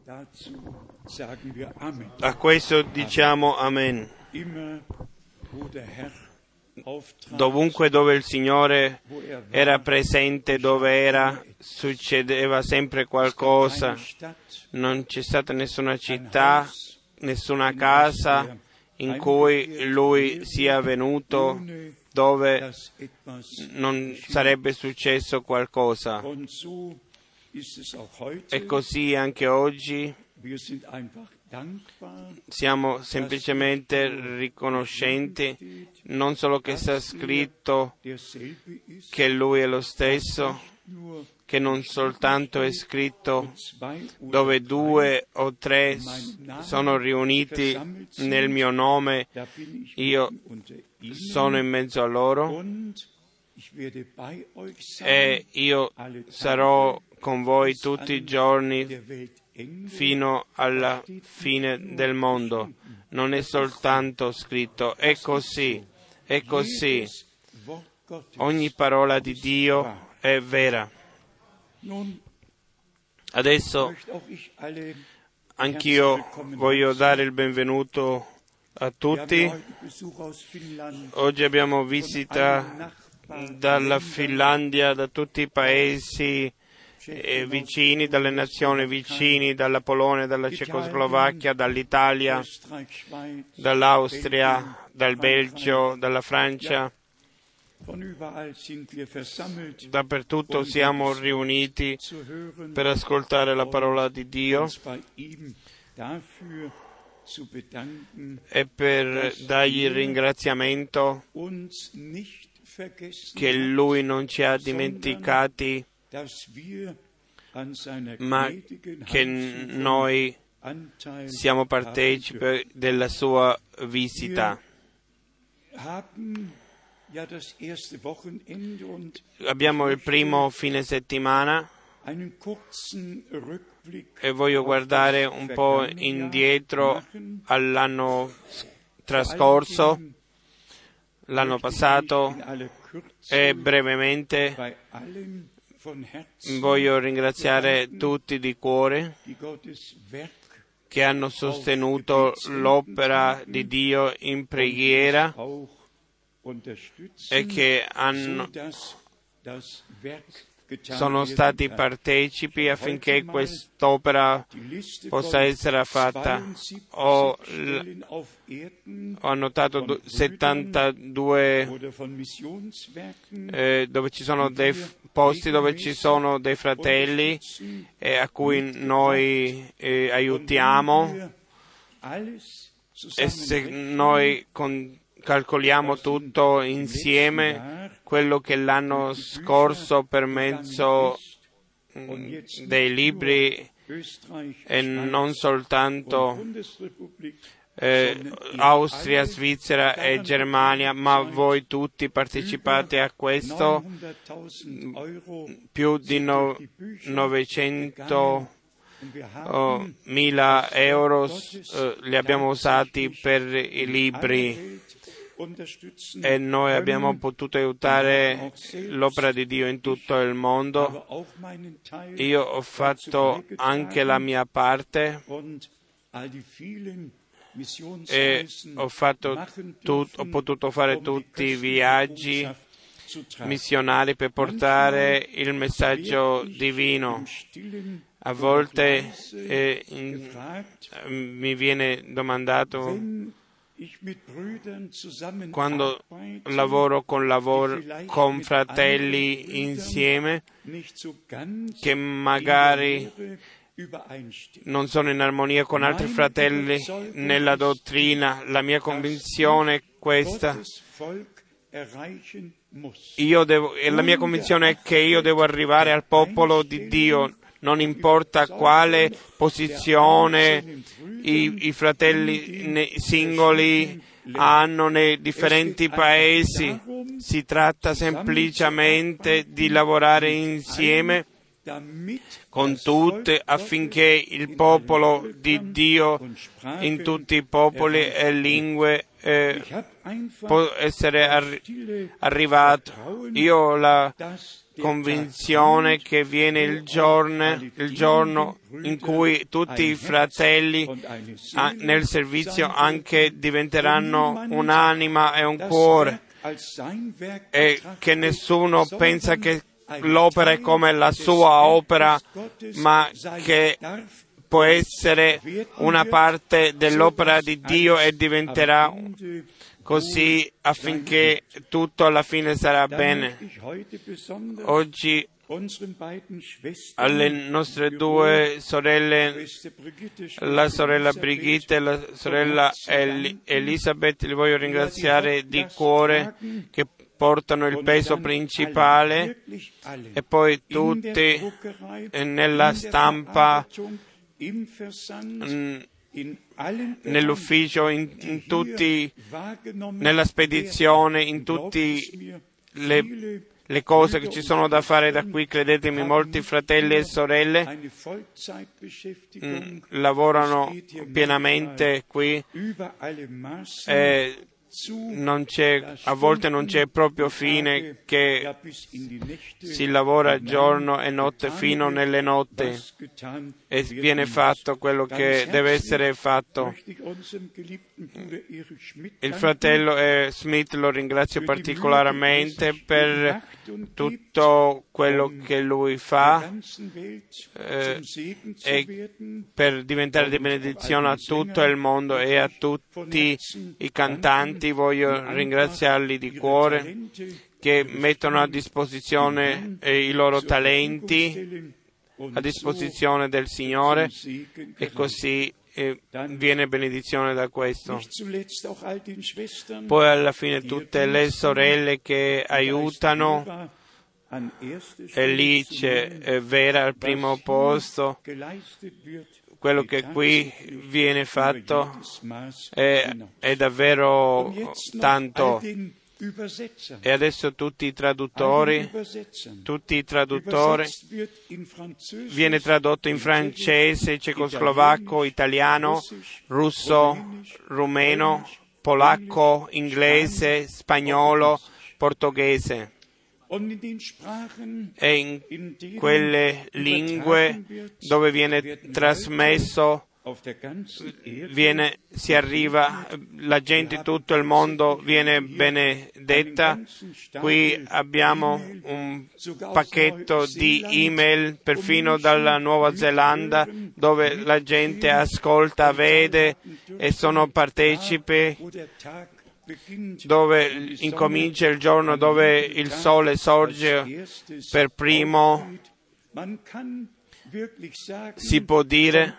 A questo diciamo Amen. Dovunque dove il Signore era presente, succedeva sempre qualcosa. Non c'è stata nessuna città, nessuna casa in cui Lui sia venuto dove non sarebbe successo qualcosa. E così anche oggi siamo semplicemente riconoscenti, non solo che sta scritto che Lui è lo stesso, che non soltanto è scritto dove 2 o 3 sono riuniti nel mio nome, io sono in mezzo a loro e io sarò con voi tutti i giorni fino alla fine del mondo. Non è soltanto scritto, è così. Ogni parola di Dio è vera. Adesso anch'io voglio dare il benvenuto a tutti. Oggi abbiamo visita dalla Finlandia, da tutti i paesi vicini, dalle nazioni vicini, dalla Polonia, dalla Cecoslovacchia, dall'Italia, dall'Austria, dal Belgio, dalla Francia. Dappertutto siamo riuniti per ascoltare la parola di Dio e per dargli il ringraziamento che Lui non ci ha dimenticati, ma che noi siamo partecipi della sua visita. Abbiamo il primo fine settimana e voglio guardare un po' indietro all'anno trascorso, l'anno passato, e brevemente voglio ringraziare tutti di cuore che hanno sostenuto l'opera di Dio in preghiera e che sono stati partecipi affinché quest'opera possa essere fatta. Ho annotato 72 dove ci sono dei posti dove ci sono dei fratelli a cui noi aiutiamo, e se noi calcoliamo tutto insieme, quello che l'anno scorso per mezzo dei libri e non soltanto Austria, Svizzera e Germania, ma voi tutti partecipate a questo, più di 900.000 euro li abbiamo usati per i libri e noi abbiamo potuto aiutare l'opera di Dio in tutto il mondo. Io ho fatto anche la mia parte e ho potuto fare tutti i viaggi missionari per portare il messaggio divino. A volte mi viene domandato, quando lavoro con fratelli insieme che magari non sono in armonia con altri fratelli nella dottrina, la mia convinzione è questa. La mia convinzione è che io devo arrivare al popolo di Dio, non importa quale posizione i fratelli singoli hanno nei differenti paesi. Si tratta semplicemente di lavorare insieme con tutte affinché il popolo di Dio in tutti i popoli e lingue può essere arrivato. Io ho la convinzione che viene il giorno in cui tutti i fratelli nel servizio anche diventeranno un'anima e un cuore, e che nessuno pensa che l'opera è come la sua opera, ma che può essere una parte dell'opera di Dio e diventerà così affinché tutto alla fine sarà bene. Oggi alle nostre due sorelle, la sorella Brigitte e la sorella Elisabeth, li voglio ringraziare di cuore, che portano il peso principale, e poi tutti nella stampa, nell'ufficio, in tutti, nella spedizione, in tutte le cose che ci sono da fare da qui. Credetemi, molti fratelli e sorelle lavorano pienamente qui, a volte non c'è proprio fine, che si lavora giorno e notte fino nelle notti, e viene fatto quello che deve essere fatto. Il fratello Smith lo ringrazio particolarmente per tutto quello che lui fa, e per diventare di benedizione a tutto il mondo, e a tutti i cantanti voglio ringraziarli di cuore, che mettono a disposizione i loro talenti a disposizione del Signore, e così viene benedizione da questo. Poi alla fine tutte le sorelle che aiutano, e lì c'è Vera al primo posto. Quello che qui viene fatto è davvero tanto. E adesso tutti i traduttori, viene tradotto in francese, cecoslovacco, italiano, russo, rumeno, polacco, inglese, spagnolo, portoghese. E in quelle lingue dove viene trasmesso, si arriva, la gente di tutto il mondo viene benedetta. Qui abbiamo un pacchetto di email perfino dalla Nuova Zelanda, dove la gente ascolta, vede e sono partecipi, dove incomincia il giorno dove il sole sorge per primo. Si può dire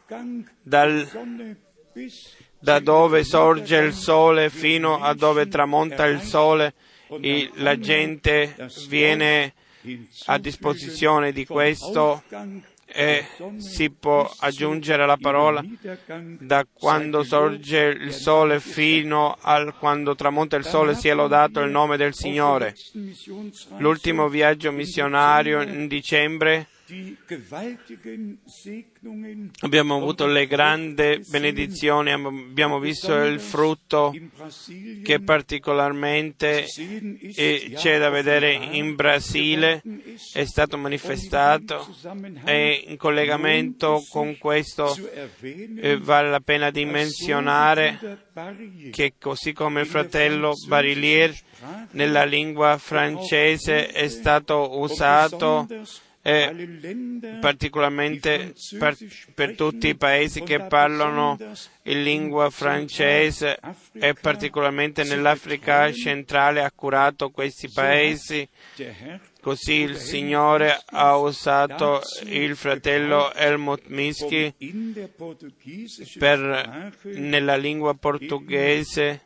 da dove sorge il sole fino a dove tramonta il sole, la gente viene a disposizione di questo, e si può aggiungere la parola da quando sorge il sole fino a quando tramonta il sole, sia lodato il nome del Signore. L'ultimo viaggio missionario in dicembre abbiamo avuto le grandi benedizioni, abbiamo visto il frutto che particolarmente c'è da vedere in Brasile, è stato manifestato, e in collegamento con questo vale la pena di menzionare che, così come il fratello Barillier, nella lingua francese è stato usato particolarmente per tutti i paesi che parlano in lingua francese, e particolarmente nell'Africa centrale ha curato questi paesi. Così il Signore ha usato il fratello Helmut Miski per, nella lingua portoghese,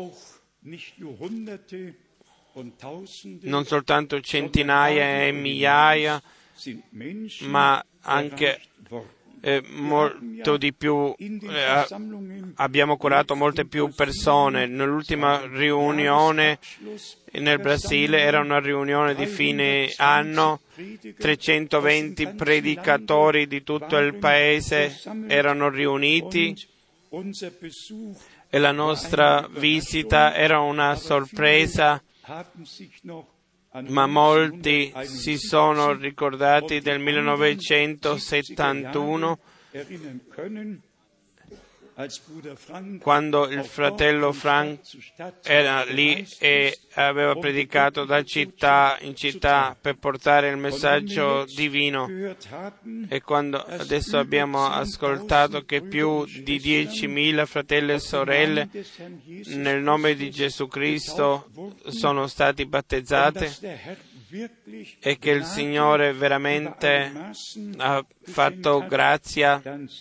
non soltanto centinaia e migliaia, ma anche molto di più, abbiamo curato molte più persone. Nell'ultima riunione nel Brasile, era una riunione di fine anno, 320 predicatori di tutto il paese erano riuniti, e la nostra visita era una sorpresa. ma molti si sono ricordati del 1971, quando il fratello Frank era lì e aveva predicato da città in città per portare il messaggio divino, e quando adesso abbiamo ascoltato che più di 10.000 fratelli e sorelle nel nome di Gesù Cristo sono stati battezzati, e che il Signore veramente ha fatto grazia,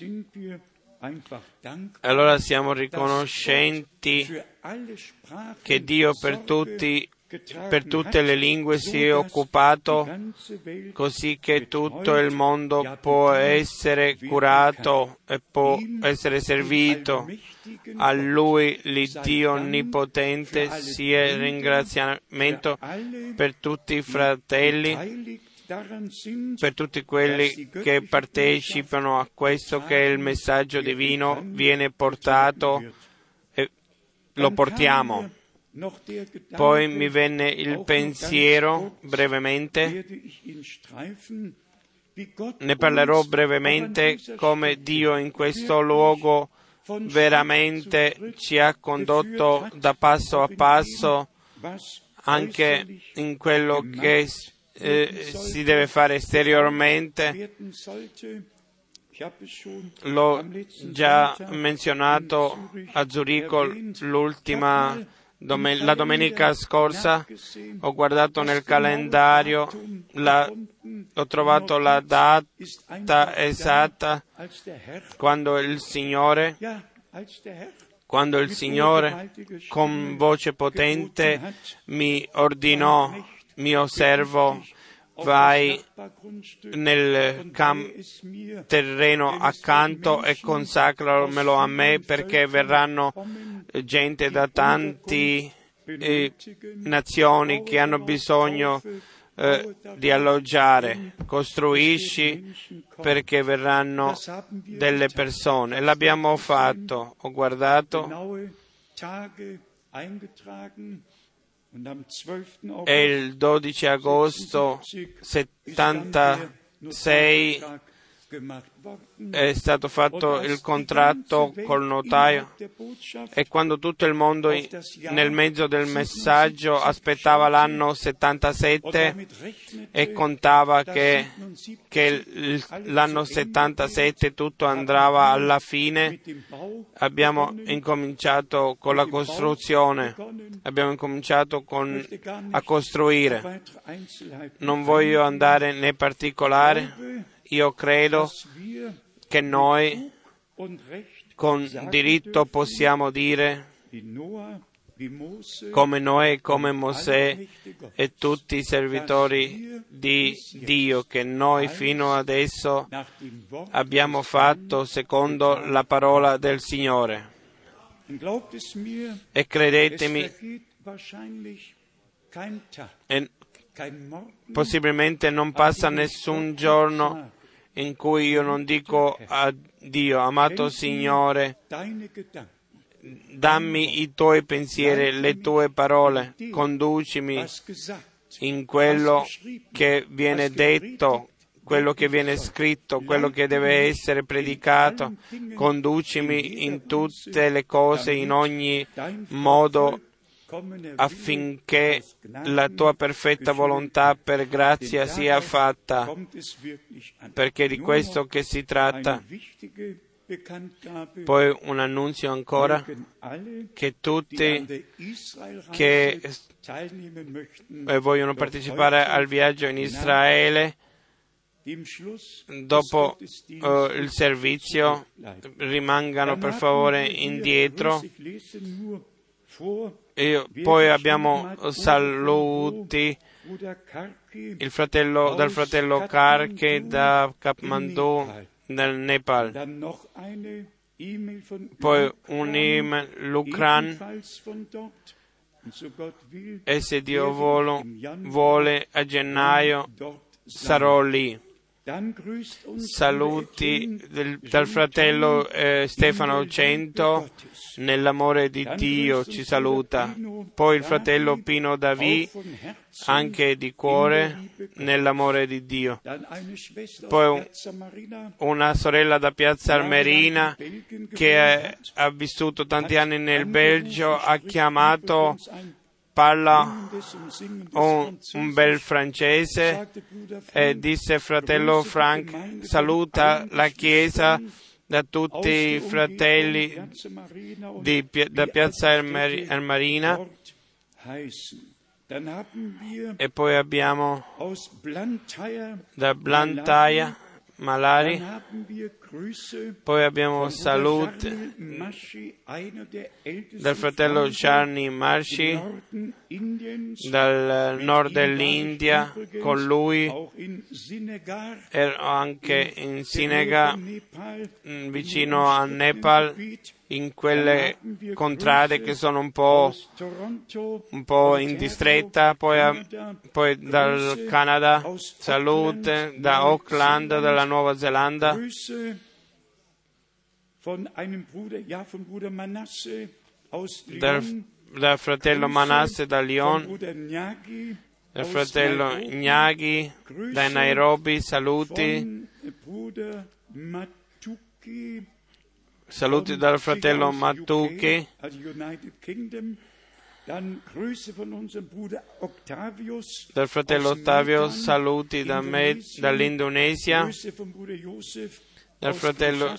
allora siamo riconoscenti che Dio per tutte le lingue si è occupato, così che tutto il mondo può essere curato e può essere servito. A Lui, l'Iddio Onnipotente, sia ringraziamento per tutti i fratelli, per tutti quelli che partecipano a questo, che il messaggio divino viene portato e lo portiamo. Poi mi venne il pensiero brevemente, ne parlerò brevemente, come Dio in questo luogo veramente ci ha condotto da passo a passo, anche in quello che si deve fare esteriormente. L'ho già menzionato a Zurigo la domenica scorsa. Ho guardato nel calendario, ho trovato la data esatta quando il Signore con voce potente mi ordinò: mio servo, vai nel terreno accanto e consacramelo a me, perché verranno gente da tante nazioni che hanno bisogno di alloggiare. Costruisci, perché verranno delle persone. E l'abbiamo fatto. Ho guardato, e il 12 agosto 76 è stato fatto il contratto col notaio, e quando tutto il mondo nel mezzo del messaggio aspettava l'anno 77 e contava che l'anno 77 tutto andava alla fine, abbiamo incominciato con la costruzione, abbiamo incominciato a costruire. Non voglio andare nei particolari. Io credo che noi con diritto possiamo dire, come Noè, come Mosè e tutti i servitori di Dio, che noi fino adesso abbiamo fatto secondo la parola del Signore. E credetemi, possibilmente non passa nessun giorno in cui io non dico a Dio: amato Signore, dammi i tuoi pensieri, le tue parole, conducimi in quello che viene detto, quello che viene scritto, quello che deve essere predicato, conducimi in tutte le cose, in ogni modo, affinché la tua perfetta volontà per grazia sia fatta, perché di questo che si tratta. Poi un annunzio ancora, che tutti che vogliono partecipare al viaggio in Israele, dopo il servizio, rimangano per favore indietro. Poi abbiamo saluti dal fratello Karke da Kathmandu nel Nepal. Poi un'email Lukran, e se Dio vuole a gennaio sarò lì. Saluti dal fratello Stefano Cento, nell'amore di Dio ci saluta. Poi il fratello Pino Davì, anche di cuore, nell'amore di Dio. Poi una sorella da Piazza Armerina che ha vissuto tanti anni nel Belgio, ha chiamato, parla un bel francese e disse: fratello Frank, saluta la Chiesa da tutti i fratelli da Piazza Armerina. E poi abbiamo da Blantyre, Malari. Poi abbiamo saluti dal fratello Charni Marshi dal nord dell'India, con lui ero anche in Sinagar, vicino a Nepal, in quelle contrade che sono un po' in distretta. Poi dal Canada salute, da Auckland, dalla Nuova Zelanda, dal fratello Manasse da Lyon, dal fratello Gnaghi da Nairobi, saluti dal fratello Matuki, dal fratello Ottavio, saluti da me dall'Indonesia, dal fratello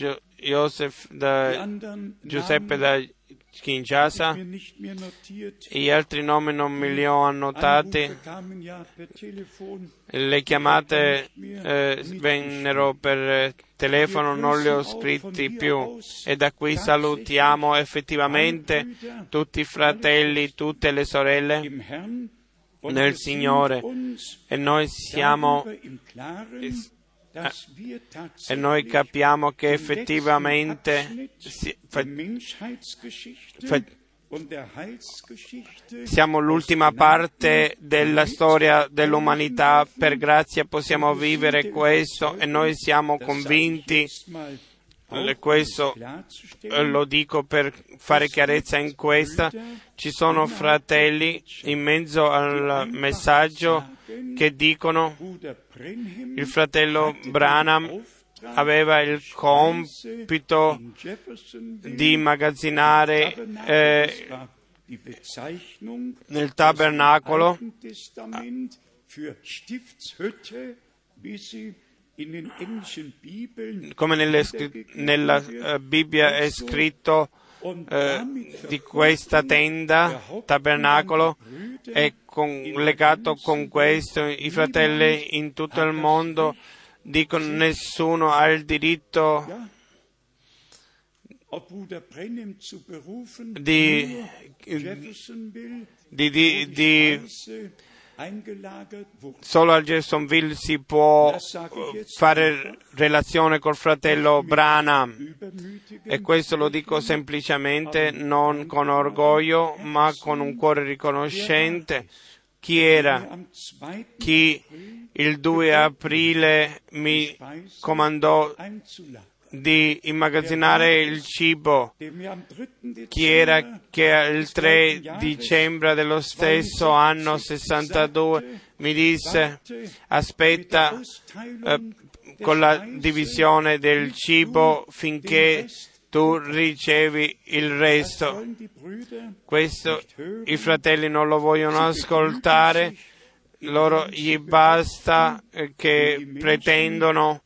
Giuseppe da Kinshasa. Gli altri nomi non me li ho annotati. Le chiamate vennero per telefono, non li ho scritti più. E da qui salutiamo effettivamente tutti i fratelli, tutte le sorelle nel Signore. E noi siamo e noi capiamo che effettivamente siamo l'ultima parte della storia dell'umanità. Per grazia possiamo vivere questo e noi siamo convinti. Questo lo dico per fare chiarezza in questa. Ci sono fratelli in mezzo al messaggio che dicono: il fratello Branham aveva il compito di immagazzinare nel tabernacolo, come nella Bibbia è scritto, di questa tenda, tabernacolo, è legato con questo. I fratelli in tutto il mondo dicono: nessuno ha il diritto di solo a Jeffersonville si può fare relazione col fratello Branham, e questo lo dico semplicemente, non con orgoglio, ma con un cuore riconoscente. Chi il 2 aprile mi comandò di immagazzinare il cibo? Chi era che il 3 dicembre dello stesso anno 62 mi disse: aspetta con la divisione del cibo finché tu ricevi il resto. Questo i fratelli non lo vogliono ascoltare. Loro gli basta che pretendono,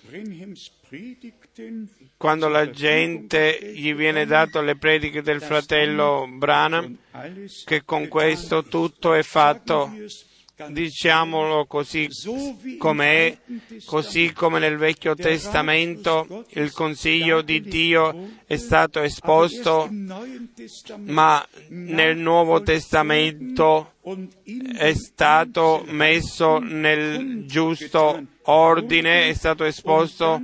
quando la gente gli viene dato le prediche del fratello Branham, che con questo tutto è fatto. Diciamolo così com'è, così come nel Vecchio Testamento il consiglio di Dio è stato esposto, ma nel Nuovo Testamento è stato messo nel giusto ordine, è stato esposto,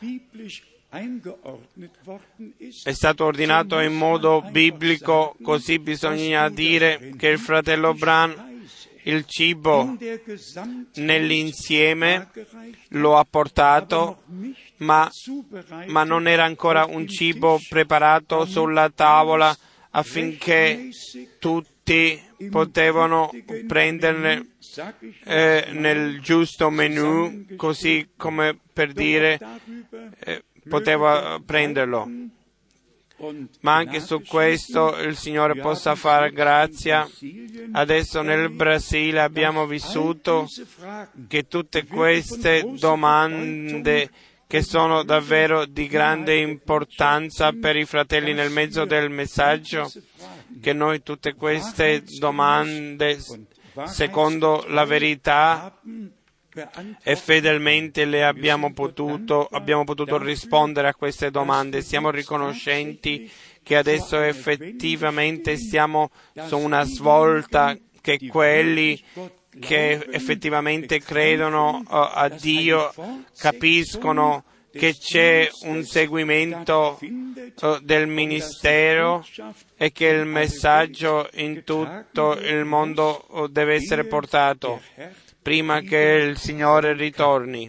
è stato ordinato in modo biblico. Così bisogna dire che il fratello Branham il cibo nell'insieme lo ha portato, ma non era ancora un cibo preparato sulla tavola affinché tutti potevano prenderne nel giusto menù, così come per dire poteva prenderlo. Ma anche su questo il Signore possa fare grazia. Adesso nel Brasile abbiamo vissuto che tutte queste domande che sono davvero di grande importanza per i fratelli nel mezzo del messaggio, che noi tutte queste domande secondo la verità e fedelmente le abbiamo potuto rispondere a queste domande. Siamo riconoscenti che adesso effettivamente siamo su una svolta, che quelli che effettivamente credono a Dio capiscono che c'è un seguimento del ministero e che il messaggio in tutto il mondo deve essere portato prima che il Signore ritorni.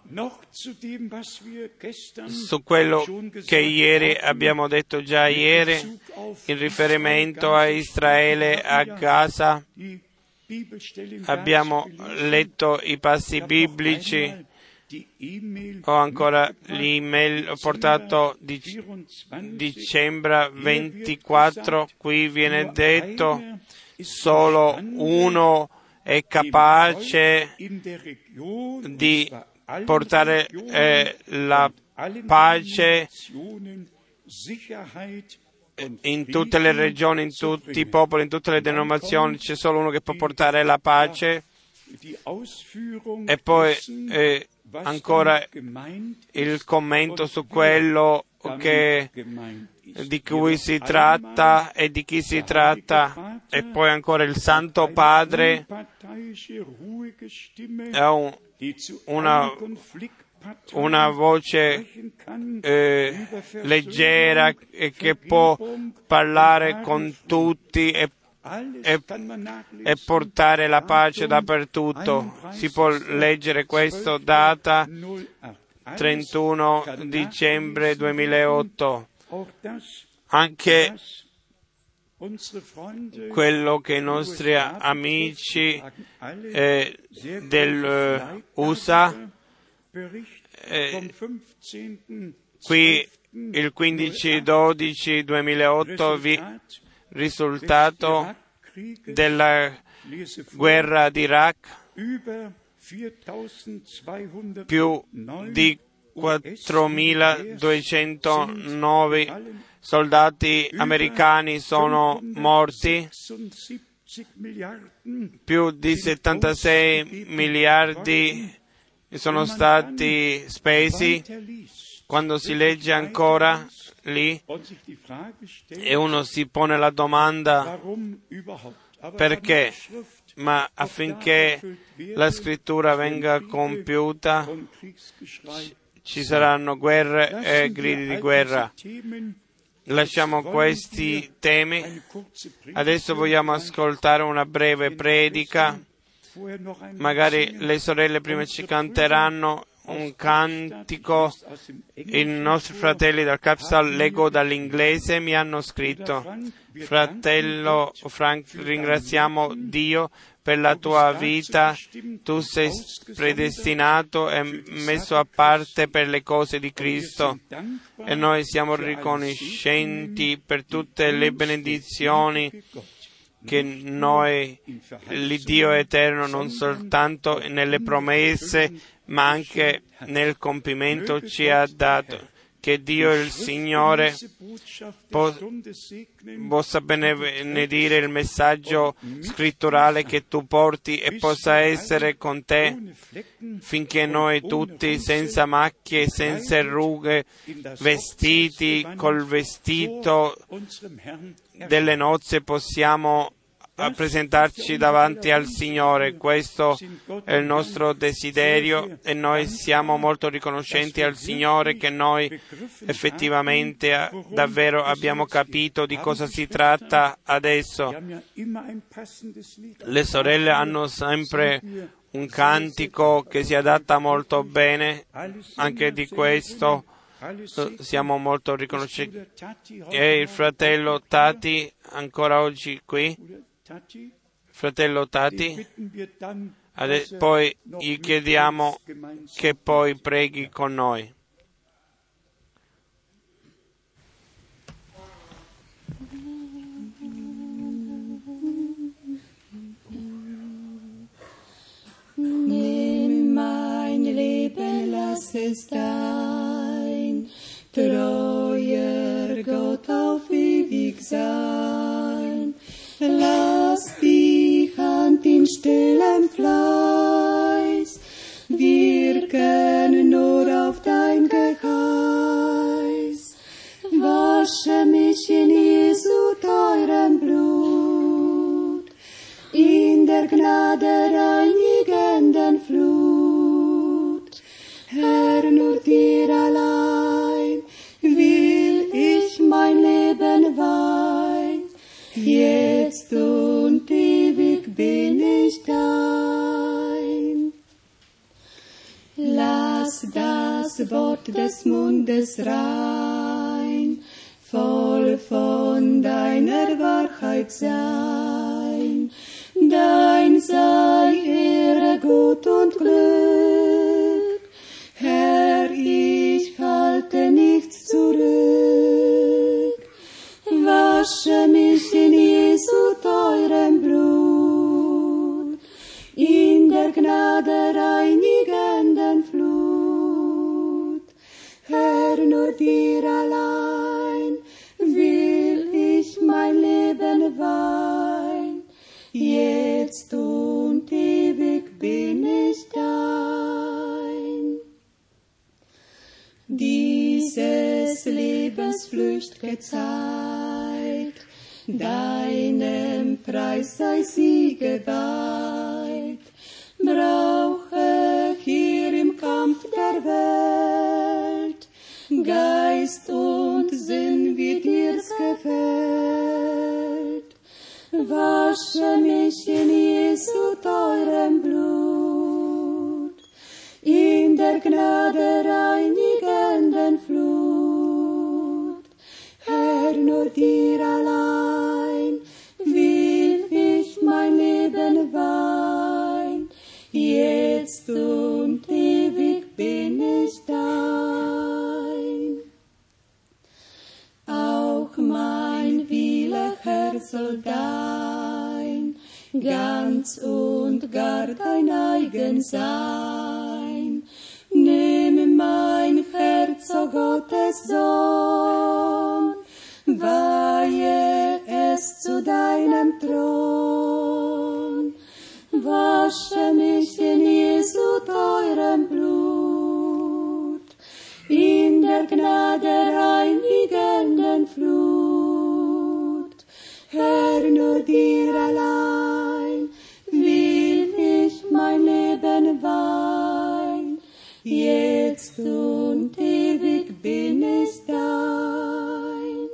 Su quello che ieri abbiamo detto già ieri, in riferimento a Israele, a Gaza, abbiamo letto i passi biblici. Ho ancora l'email, ho portato dicembre 24, qui viene detto solo uno è capace di portare la pace in tutte le regioni, in tutti i popoli, in tutte le denominazioni. C'è solo uno che può portare la pace. E poi ancora il commento su quello di cui si tratta e di chi si tratta, e poi ancora il Santo Padre è una voce leggera e che può parlare con tutti e portare la pace dappertutto. Si può leggere questo, data 31 dicembre 2008. Anche quello che i nostri amici dell'USA qui il 15/12/2008 risultato della guerra d'Iraq, più di 4.209 soldati americani sono morti, più di 76 miliardi sono stati spesi. Quando si legge ancora lì e uno si pone la domanda perché, ma affinché la scrittura venga compiuta ci saranno guerre e gridi di guerra. Lasciamo questi temi. Adesso vogliamo ascoltare una breve predica. Magari le sorelle prima ci canteranno un cantico. I nostri fratelli dal Capsal, leggo dall'inglese, mi hanno scritto: fratello Frank, ringraziamo Dio per la tua vita, tu sei predestinato e messo a parte per le cose di Cristo e noi siamo riconoscenti per tutte le benedizioni che noi, l'Iddio eterno, non soltanto nelle promesse ma anche nel compimento ci ha dato. Che Dio il Signore possa benedire il messaggio scritturale che tu porti e possa essere con te finché noi tutti senza macchie, senza rughe, vestiti col vestito delle nozze possiamo a presentarci davanti al Signore. Questo è il nostro desiderio e noi siamo molto riconoscenti al Signore che noi effettivamente davvero abbiamo capito di cosa si tratta adesso. Le sorelle hanno sempre un cantico che si adatta molto bene, anche di questo siamo molto riconoscenti. E il fratello Tati, ancora oggi qui, fratello Tati, poi gli chiediamo che poi preghi con noi. Nimm mein Leben, lass es dein treuer Gott auf ewig sein. Lass die Hand in stillem Fleiß wirken nur auf dein Geheiß. Wasche mich in Jesu teurem Blut, in der Gnade reinigenden Flut. Herr, nur dir allein will ich mein Leben weihen, jetzt und ewig bin ich dein. Lass das Wort des Mundes rein, voll von deiner Wahrheit sein. Dein sei Ehre, Gut und Glück, Herr, ich halte nichts zurück. Wasche mich in Jesu teurem Blut, in der Gnade reinigenden Flut. Herr, nur dir allein will ich mein Leben weihen, jetzt und ewig bin ich dein. Dieses Lebens flücht'ge Zeit, deinem Preis sei sie geweiht. Brauche hier im Kampf der Welt Geist und Sinn, wie dir's gefällt. Wasche mich in Jesu teurem Blut, in der Gnade reinigenden Flut. Herr, nur dir allein will ich mein Leben weihen, jetzt und ewig bin ich dein. Auch mein Wille, Herr, soll dein, ganz und gar dein eigen sein. Nimm mein Herz, o Gottes Sohn, weihe es zu deinem Thron. Wasche mich in Jesu teurem Blut, in der Gnade reinigenden Flut. Herr, nur dir allein will ich mein Leben weihen, jetzt und ewig bin ich dein.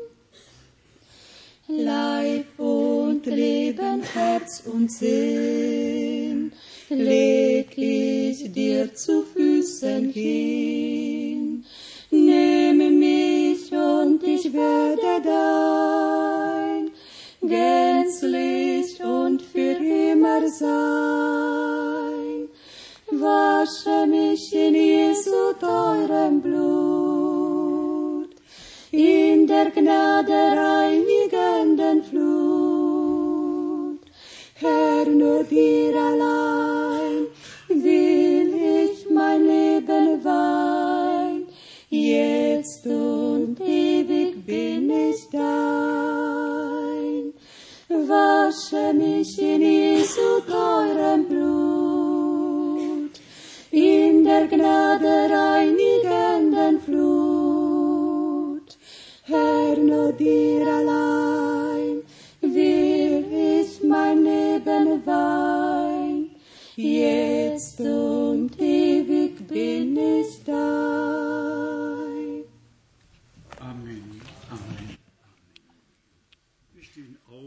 Leib und Leben, Herz und Sinn leg ich dir zu Füßen hin. Nimm mich und ich werde dein, gänzlich und für immer sein. Wasche mich in Jesu teurem Blut, in der Gnade reinigenden Flut. Herr, nur dir allein will ich mein Leben weihen, jetzt und ewig bin ich dein. Wasche mich in Jesu teurem Blut, in der Gnade reinigenden Flut. Herr, nur dir allein will ich mein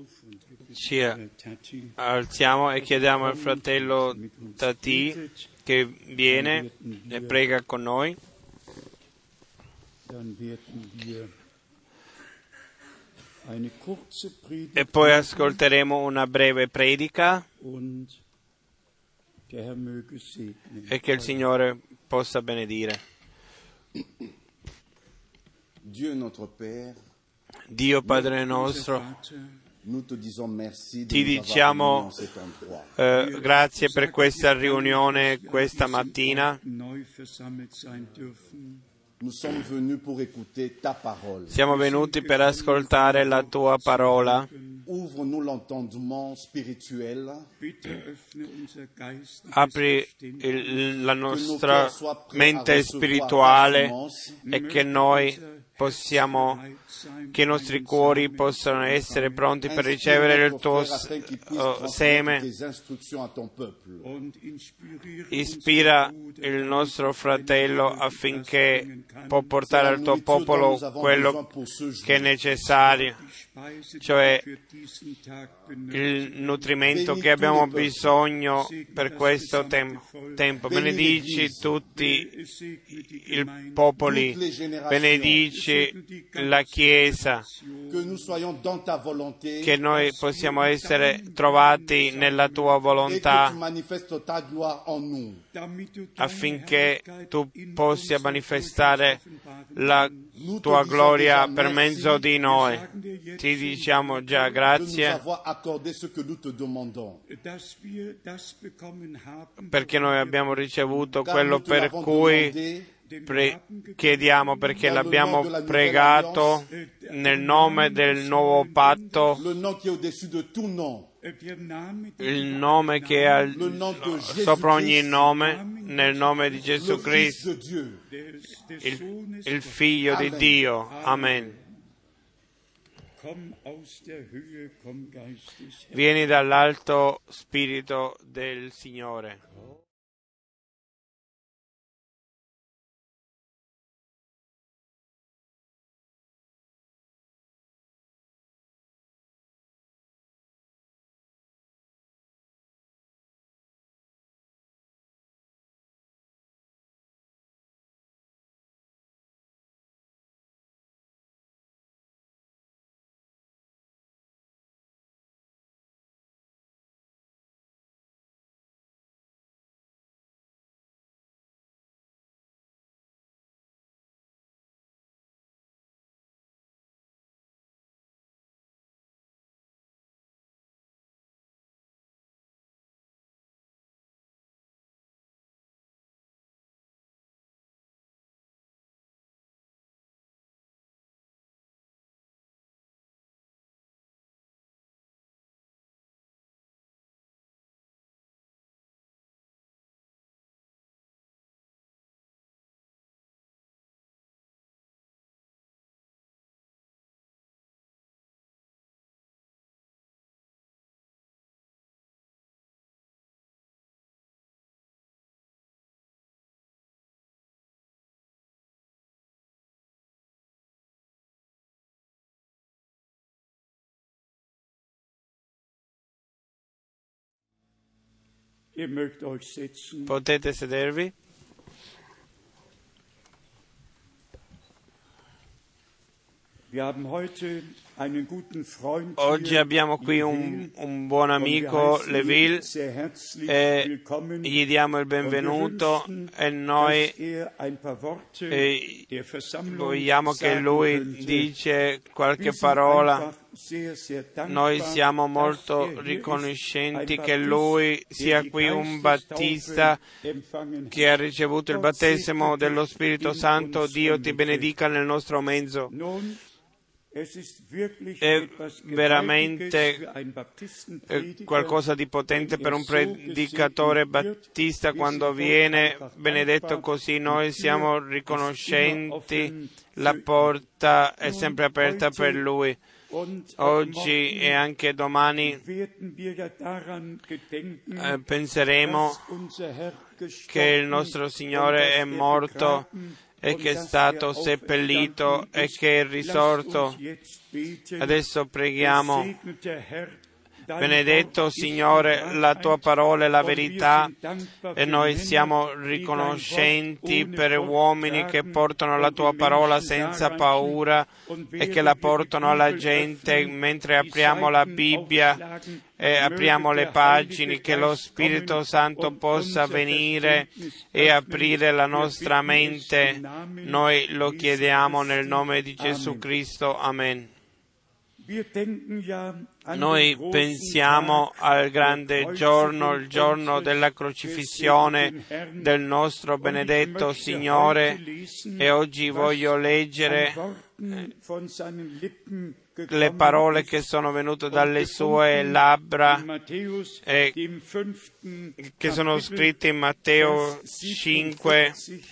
Ci alziamo e chiediamo al fratello Tati che viene e prega con noi. E poi ascolteremo una breve predica e che il Signore possa benedire. Dio Padre nostro, ti diciamo grazie per questa riunione questa mattina. Siamo venuti per ascoltare la tua parola. Apri la nostra mente spirituale e che i nostri cuori possano essere pronti per ricevere il tuo seme. Ispira il nostro fratello affinché può portare al tuo popolo quello che è necessario, cioè il nutrimento che abbiamo bisogno per questo tempo. Benedici tutti i popoli, benedici la Chiesa, che noi possiamo essere trovati nella tua volontà, affinché tu possa manifestare la tua gloria per mezzo di noi. Ti diciamo già grazie perché noi abbiamo ricevuto quello per cui chiediamo, perché l'abbiamo pregato nel nome del nuovo patto, il nome che è sopra ogni nome, nel nome di Gesù Cristo, il Figlio di Dio. Amen. Vieni dall'alto, Spirito del Signore. Potete sedervi. Oggi abbiamo qui un buon amico, Leville, e gli diamo il benvenuto e noi vogliamo che lui dice qualche parola. Noi siamo molto riconoscenti che lui sia qui un battista che ha ricevuto il battesimo dello Spirito Santo. Dio ti benedica nel nostro mezzo. È veramente qualcosa di potente per un predicatore battista quando viene benedetto così. Noi siamo riconoscenti, la porta è sempre aperta per lui. Oggi e anche domani penseremo che il nostro Signore è morto e che è stato seppellito e che è risorto. Adesso preghiamo. Benedetto Signore, la tua parola è la verità e noi siamo riconoscenti per uomini che portano la tua parola senza paura e che la portano alla gente mentre apriamo la Bibbia e apriamo le pagine, che lo Spirito Santo possa venire e aprire la nostra mente. Noi lo chiediamo nel nome di Gesù Cristo. Amen. Noi pensiamo al grande giorno, il giorno della crocifissione del nostro benedetto Signore, e oggi voglio leggere le parole che sono venute dalle sue labbra e che sono scritte in Matteo 5,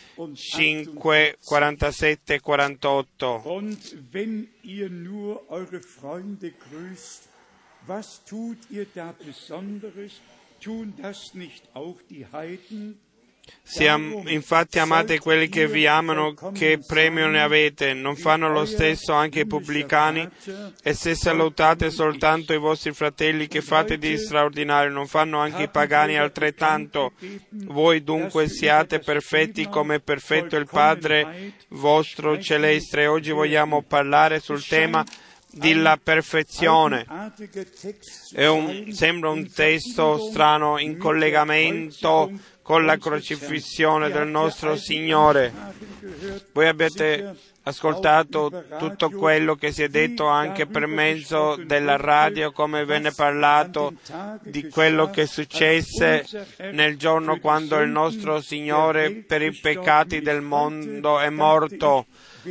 47 e 48. Und wenn ihr nur eure Freunde grüßt, was tut ihr da Besonderes? Tun das nicht auch die Heiden? Se infatti amate quelli che vi amano, che premio ne avete? Non fanno lo stesso anche i pubblicani? E se salutate soltanto i vostri fratelli, che fate di straordinario? Non fanno anche i pagani altrettanto? Voi dunque siate perfetti come è perfetto il Padre vostro celeste. Oggi vogliamo parlare sul tema della perfezione. Sembra un testo strano, in collegamento con la crocifissione del nostro Signore. Voi avete ascoltato tutto quello che si è detto anche per mezzo della radio, come venne parlato di quello che successe nel giorno quando il nostro Signore per i peccati del mondo è morto.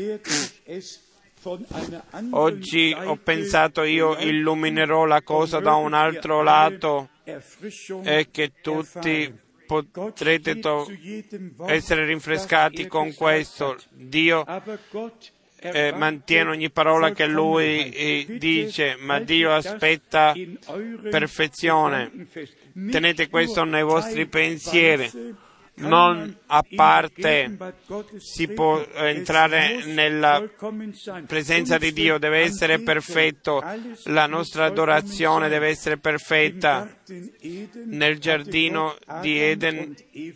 Oggi ho pensato io illuminerò la cosa da un altro lato e che tutti potrete essere rinfrescati con questo. Dio mantiene ogni parola che Lui dice, ma Dio aspetta perfezione. Tenete questo nei vostri pensieri. Non a parte si può entrare nella presenza di Dio, deve essere perfetto, la nostra adorazione deve essere perfetta. Nel giardino di Eden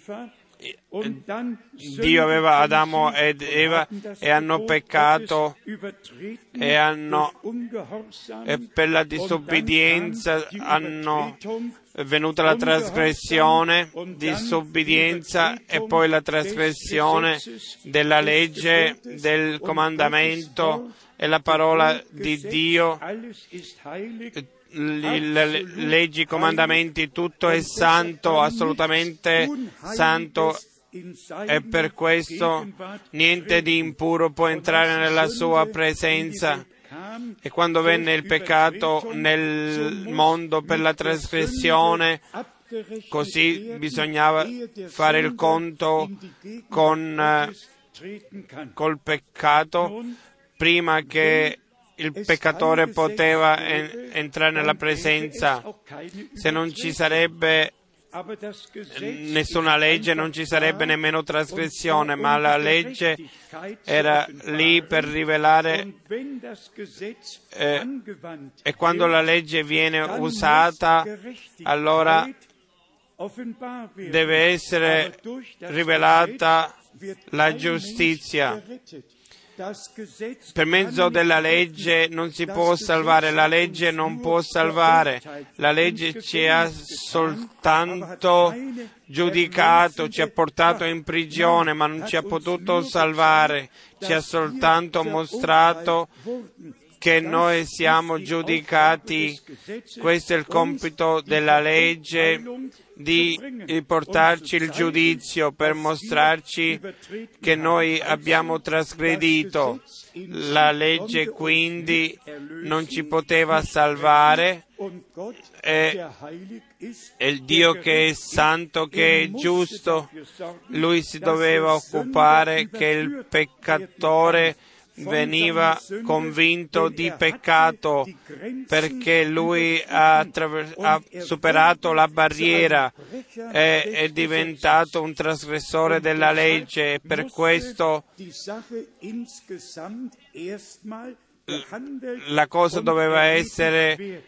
Dio aveva Adamo ed Eva e hanno peccato e per la disobbedienza è venuta la trasgressione, disobbedienza e poi la trasgressione della legge, del comandamento e la parola di Dio. Le leggi, i comandamenti, tutto è santo, assolutamente santo, e per questo niente di impuro può entrare nella sua presenza. E quando venne il peccato nel mondo per la trasgressione, così bisognava fare il conto col peccato prima che il peccatore poteva entrare nella presenza. Se non ci sarebbe nessuna legge, non ci sarebbe nemmeno trasgressione, ma la legge era lì per rivelare, e quando la legge viene usata, allora deve essere rivelata la giustizia. Per mezzo della legge non si può salvare, la legge non può salvare, la legge ci ha soltanto giudicato, ci ha portato in prigione, ma non ci ha potuto salvare, ci ha soltanto mostrato che noi siamo giudicati. Questo è il compito della legge, di portarci il giudizio, per mostrarci che noi abbiamo trasgredito. La legge quindi non ci poteva salvare, e il Dio che è santo, che è giusto, Lui si doveva occupare che il peccatore veniva convinto di peccato perché lui ha superato la barriera, è diventato un trasgressore della legge e per questo la cosa doveva essere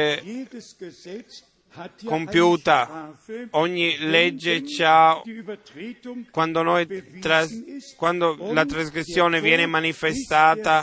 compiuta. Ogni legge c'ha, quando la trasgressione viene manifestata,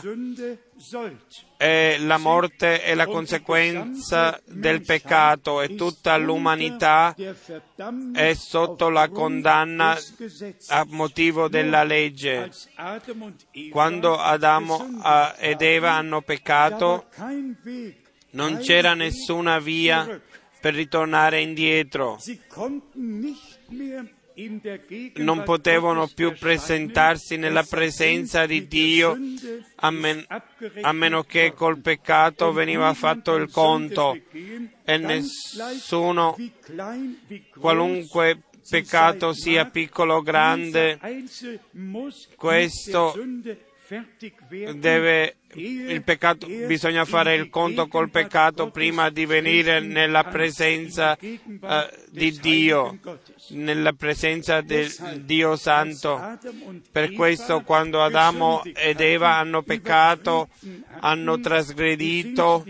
la morte è la conseguenza del peccato e tutta l'umanità è sotto la condanna a motivo della legge. Quando Adamo ed Eva hanno peccato, non c'era nessuna via per ritornare indietro. Non potevano più presentarsi nella presenza di Dio a meno che col peccato veniva fatto il conto e nessuno, qualunque peccato sia piccolo o grande, questo il peccato, bisogna fare il conto col peccato prima di venire nella presenza di Dio, nella presenza del Dio Santo. Per questo quando Adamo ed Eva hanno peccato, hanno trasgredito,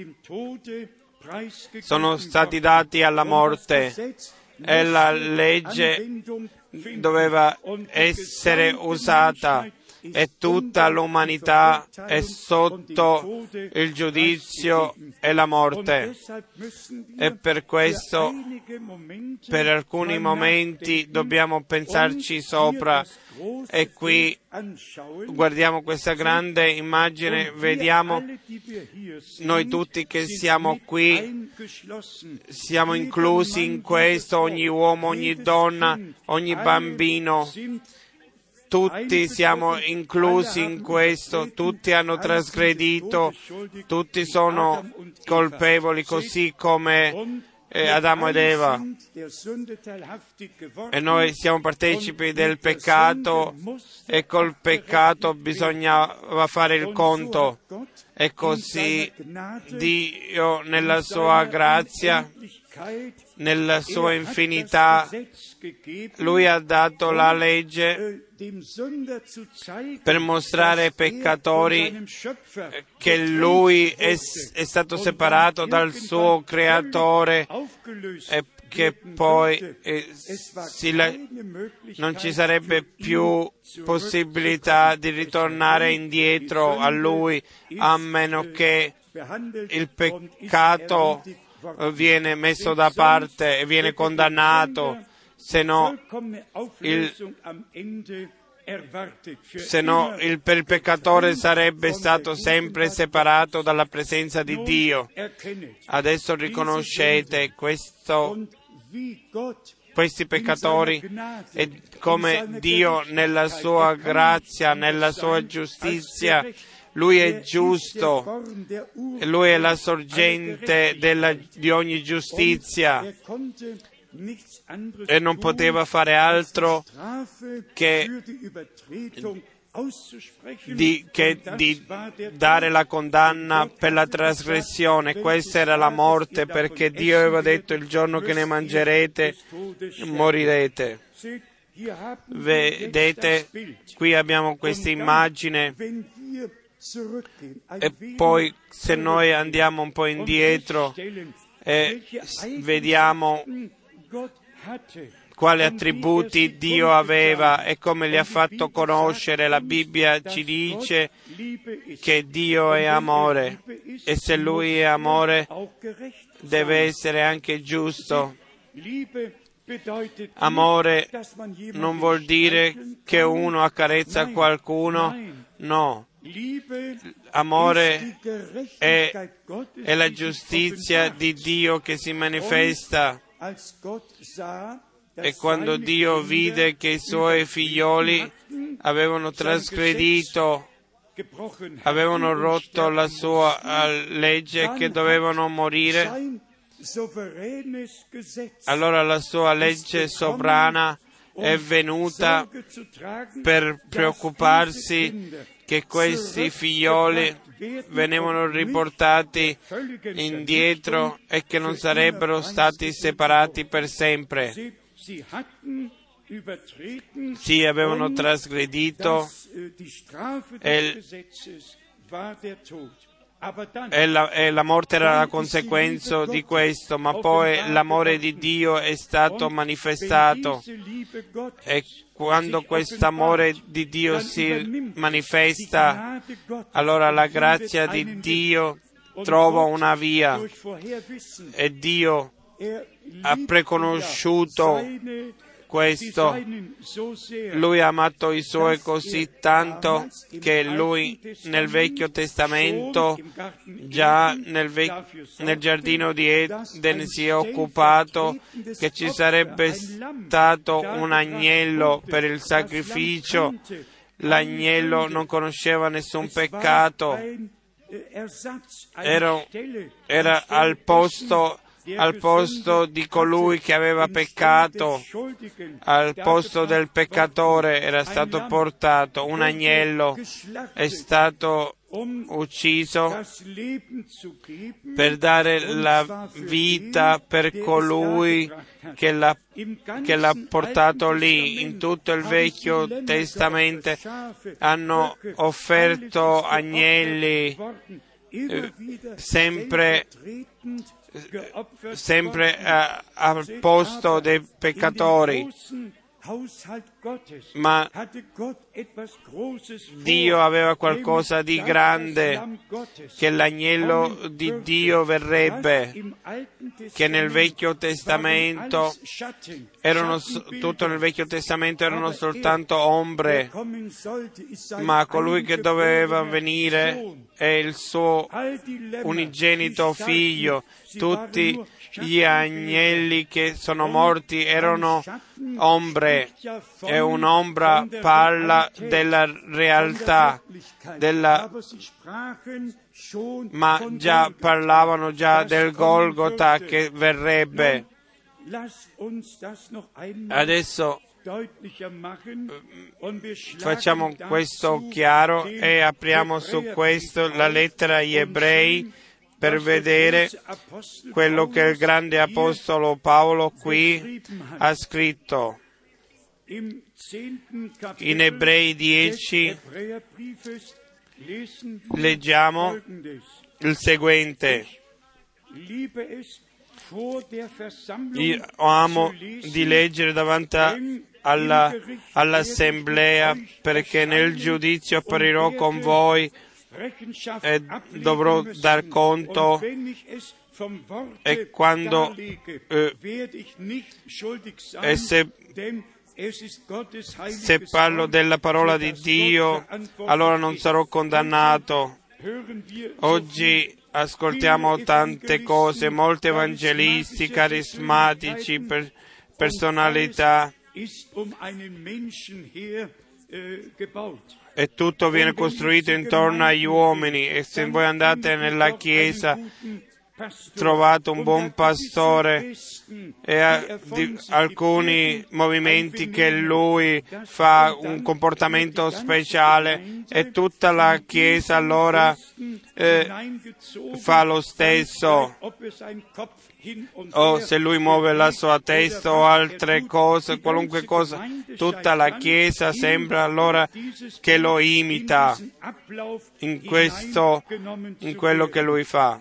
sono stati dati alla morte e la legge doveva essere usata e tutta l'umanità è sotto il giudizio e la morte. E per questo, per alcuni momenti, dobbiamo pensarci sopra. E qui guardiamo questa grande immagine, vediamo noi tutti che siamo qui, siamo inclusi in questo, ogni uomo, ogni donna, ogni bambino. Tutti siamo inclusi in questo, tutti hanno trasgredito, tutti sono colpevoli, così come Adamo ed Eva. E noi siamo partecipi del peccato e col peccato bisognava fare il conto. E così Dio, nella sua grazia, nella sua infinità, Lui ha dato la legge per mostrare ai peccatori che Lui è stato separato dal suo Creatore e che poi non ci sarebbe più possibilità di ritornare indietro a Lui, a meno che il peccato viene messo da parte e viene condannato, se no il peccatore sarebbe stato sempre separato dalla presenza di Dio. Adesso riconoscete questi peccatori e come Dio nella sua grazia, nella sua giustizia, Lui è giusto, Lui è la sorgente di ogni giustizia e non poteva fare altro che di dare la condanna per la trasgressione. Questa era la morte, perché Dio aveva detto: il giorno che ne mangerete morirete. Vedete, qui abbiamo questa immagine. E poi se noi andiamo un po' indietro e vediamo quali attributi Dio aveva e come li ha fatto conoscere, la Bibbia ci dice che Dio è amore e se Lui è amore deve essere anche giusto. Amore non vuol dire che uno accarezza qualcuno, no. Amore è la giustizia di Dio che si manifesta. E quando Dio vide che i Suoi figlioli avevano trasgredito, avevano rotto la Sua legge, che dovevano morire, allora la Sua legge sovrana è venuta per preoccuparsi che questi figlioli venivano riportati indietro e che non sarebbero stati separati per sempre. Sì, avevano trasgredito e la morte era la conseguenza di questo, ma poi l'amore di Dio è stato manifestato, e quando questo amore di Dio si manifesta, allora la grazia di Dio trova una via, e Dio ha preconosciuto questo. Lui ha amato i suoi così tanto che lui nel Vecchio Testamento, già nel giardino di Eden, si è occupato che ci sarebbe stato un agnello per il sacrificio. L'agnello non conosceva nessun peccato, era al posto di colui che aveva peccato, al posto del peccatore era stato portato un agnello, è stato ucciso per dare la vita per colui che l'ha portato lì. In tutto il Vecchio Testamento hanno offerto agnelli sempre al posto dei peccatori, ma Dio aveva qualcosa di grande, che l'agnello di Dio verrebbe, che nel Vecchio Testamento tutto nel Vecchio Testamento erano soltanto ombre, ma colui che doveva venire è il suo unigenito figlio. Tutti gli agnelli che sono morti erano ombre, e un'ombra parla della realtà, ma già parlavano già del Golgota che verrebbe. Adesso facciamo questo chiaro e apriamo su questo la lettera agli Ebrei per vedere quello che il grande apostolo Paolo qui ha scritto. In Ebrei 10 leggiamo il seguente: io amo di leggere davanti all'assemblea, perché nel giudizio apparirò con voi e dovrò dar conto, e quando se parlo della parola di Dio, allora non sarò condannato. Oggi ascoltiamo tante cose, molti evangelisti, carismatici, personalità, e tutto viene costruito intorno agli uomini. E se voi andate nella chiesa, trovate un buon pastore e alcuni movimenti che lui fa un comportamento speciale, e tutta la chiesa allora fa lo stesso, o se lui muove la sua testa o altre cose, qualunque cosa, tutta la chiesa sembra allora che lo imita in quello che lui fa.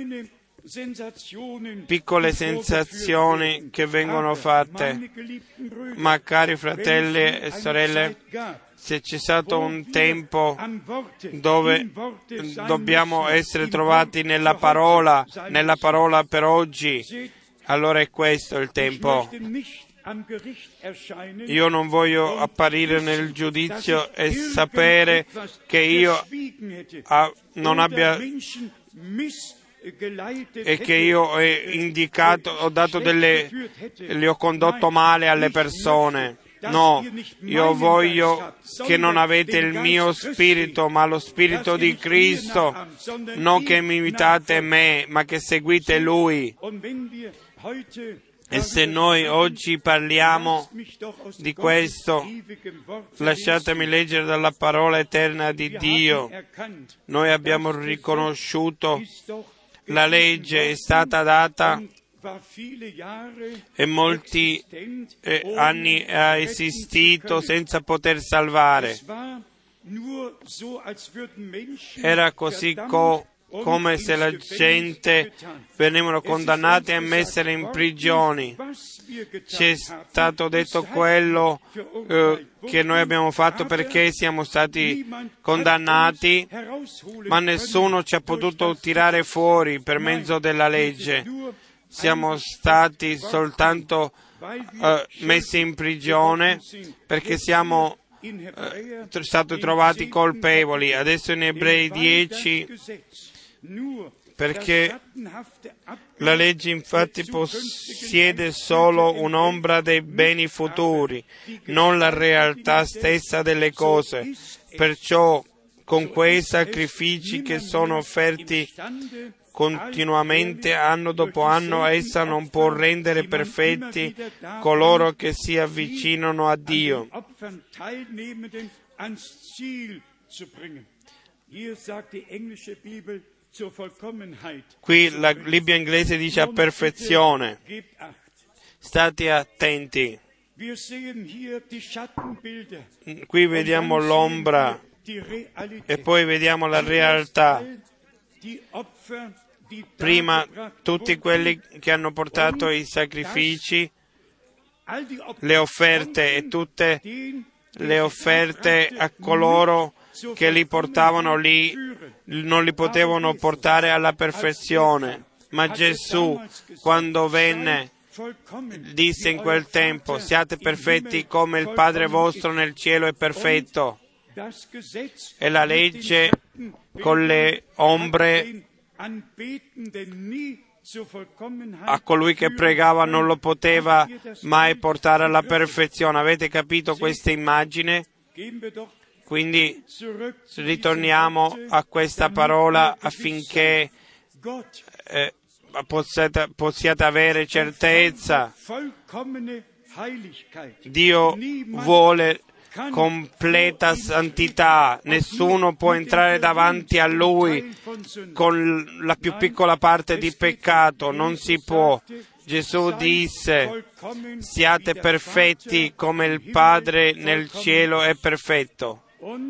Piccole sensazioni che vengono fatte, ma cari fratelli e sorelle, se c'è stato un tempo dove dobbiamo essere trovati nella parola per oggi, allora è questo il tempo. Io non voglio apparire nel giudizio e sapere che io non abbia, e che io ho indicato, li ho condotto male alle persone. No, io voglio che non avete il mio spirito, ma lo spirito di Cristo, non che imitate me, ma che seguite Lui. E se noi oggi parliamo di questo, lasciatemi leggere dalla parola eterna di Dio. Noi abbiamo riconosciuto la legge è stata data e molti anni ha esistito senza poter salvare. Era così come se la gente venivano condannati e messi in prigioni. Ci è stato detto quello che noi abbiamo fatto perché siamo stati condannati, ma nessuno ci ha potuto tirare fuori per mezzo della legge. Siamo stati soltanto messi in prigione perché siamo stati trovati colpevoli. Adesso in Ebrei 10, perché la legge infatti possiede solo un'ombra dei beni futuri, non la realtà stessa delle cose. Perciò con quei sacrifici che sono offerti continuamente anno dopo anno, essa non può rendere perfetti coloro che si avvicinano a Dio. Qui la Bibbia inglese dice a perfezione. State attenti. Qui vediamo l'ombra e poi vediamo la realtà. Prima tutti quelli che hanno portato i sacrifici, le offerte e tutte le offerte a coloro che li portavano lì non li potevano portare alla perfezione. Ma Gesù, quando venne, disse in quel tempo: siate perfetti come il Padre vostro nel cielo è perfetto. E la legge con le ombre a colui che pregava non lo poteva mai portare alla perfezione. Avete capito questa immagine? Quindi ritorniamo a questa parola affinché possiate avere certezza. Dio vuole completa santità, nessuno può entrare davanti a Lui con la più piccola parte di peccato, non si può. Gesù disse: siate perfetti come il Padre nel cielo è perfetto.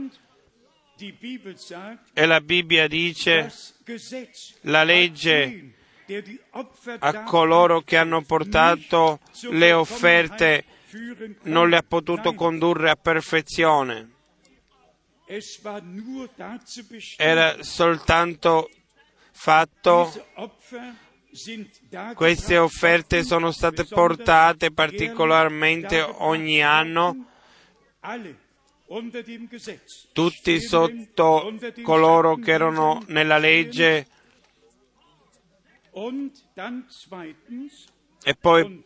E la Bibbia dice: la legge a coloro che hanno portato le offerte non le ha potuto condurre a perfezione. Era soltanto fatto, queste offerte sono state portate particolarmente ogni anno, tutti sotto coloro che erano nella legge, e poi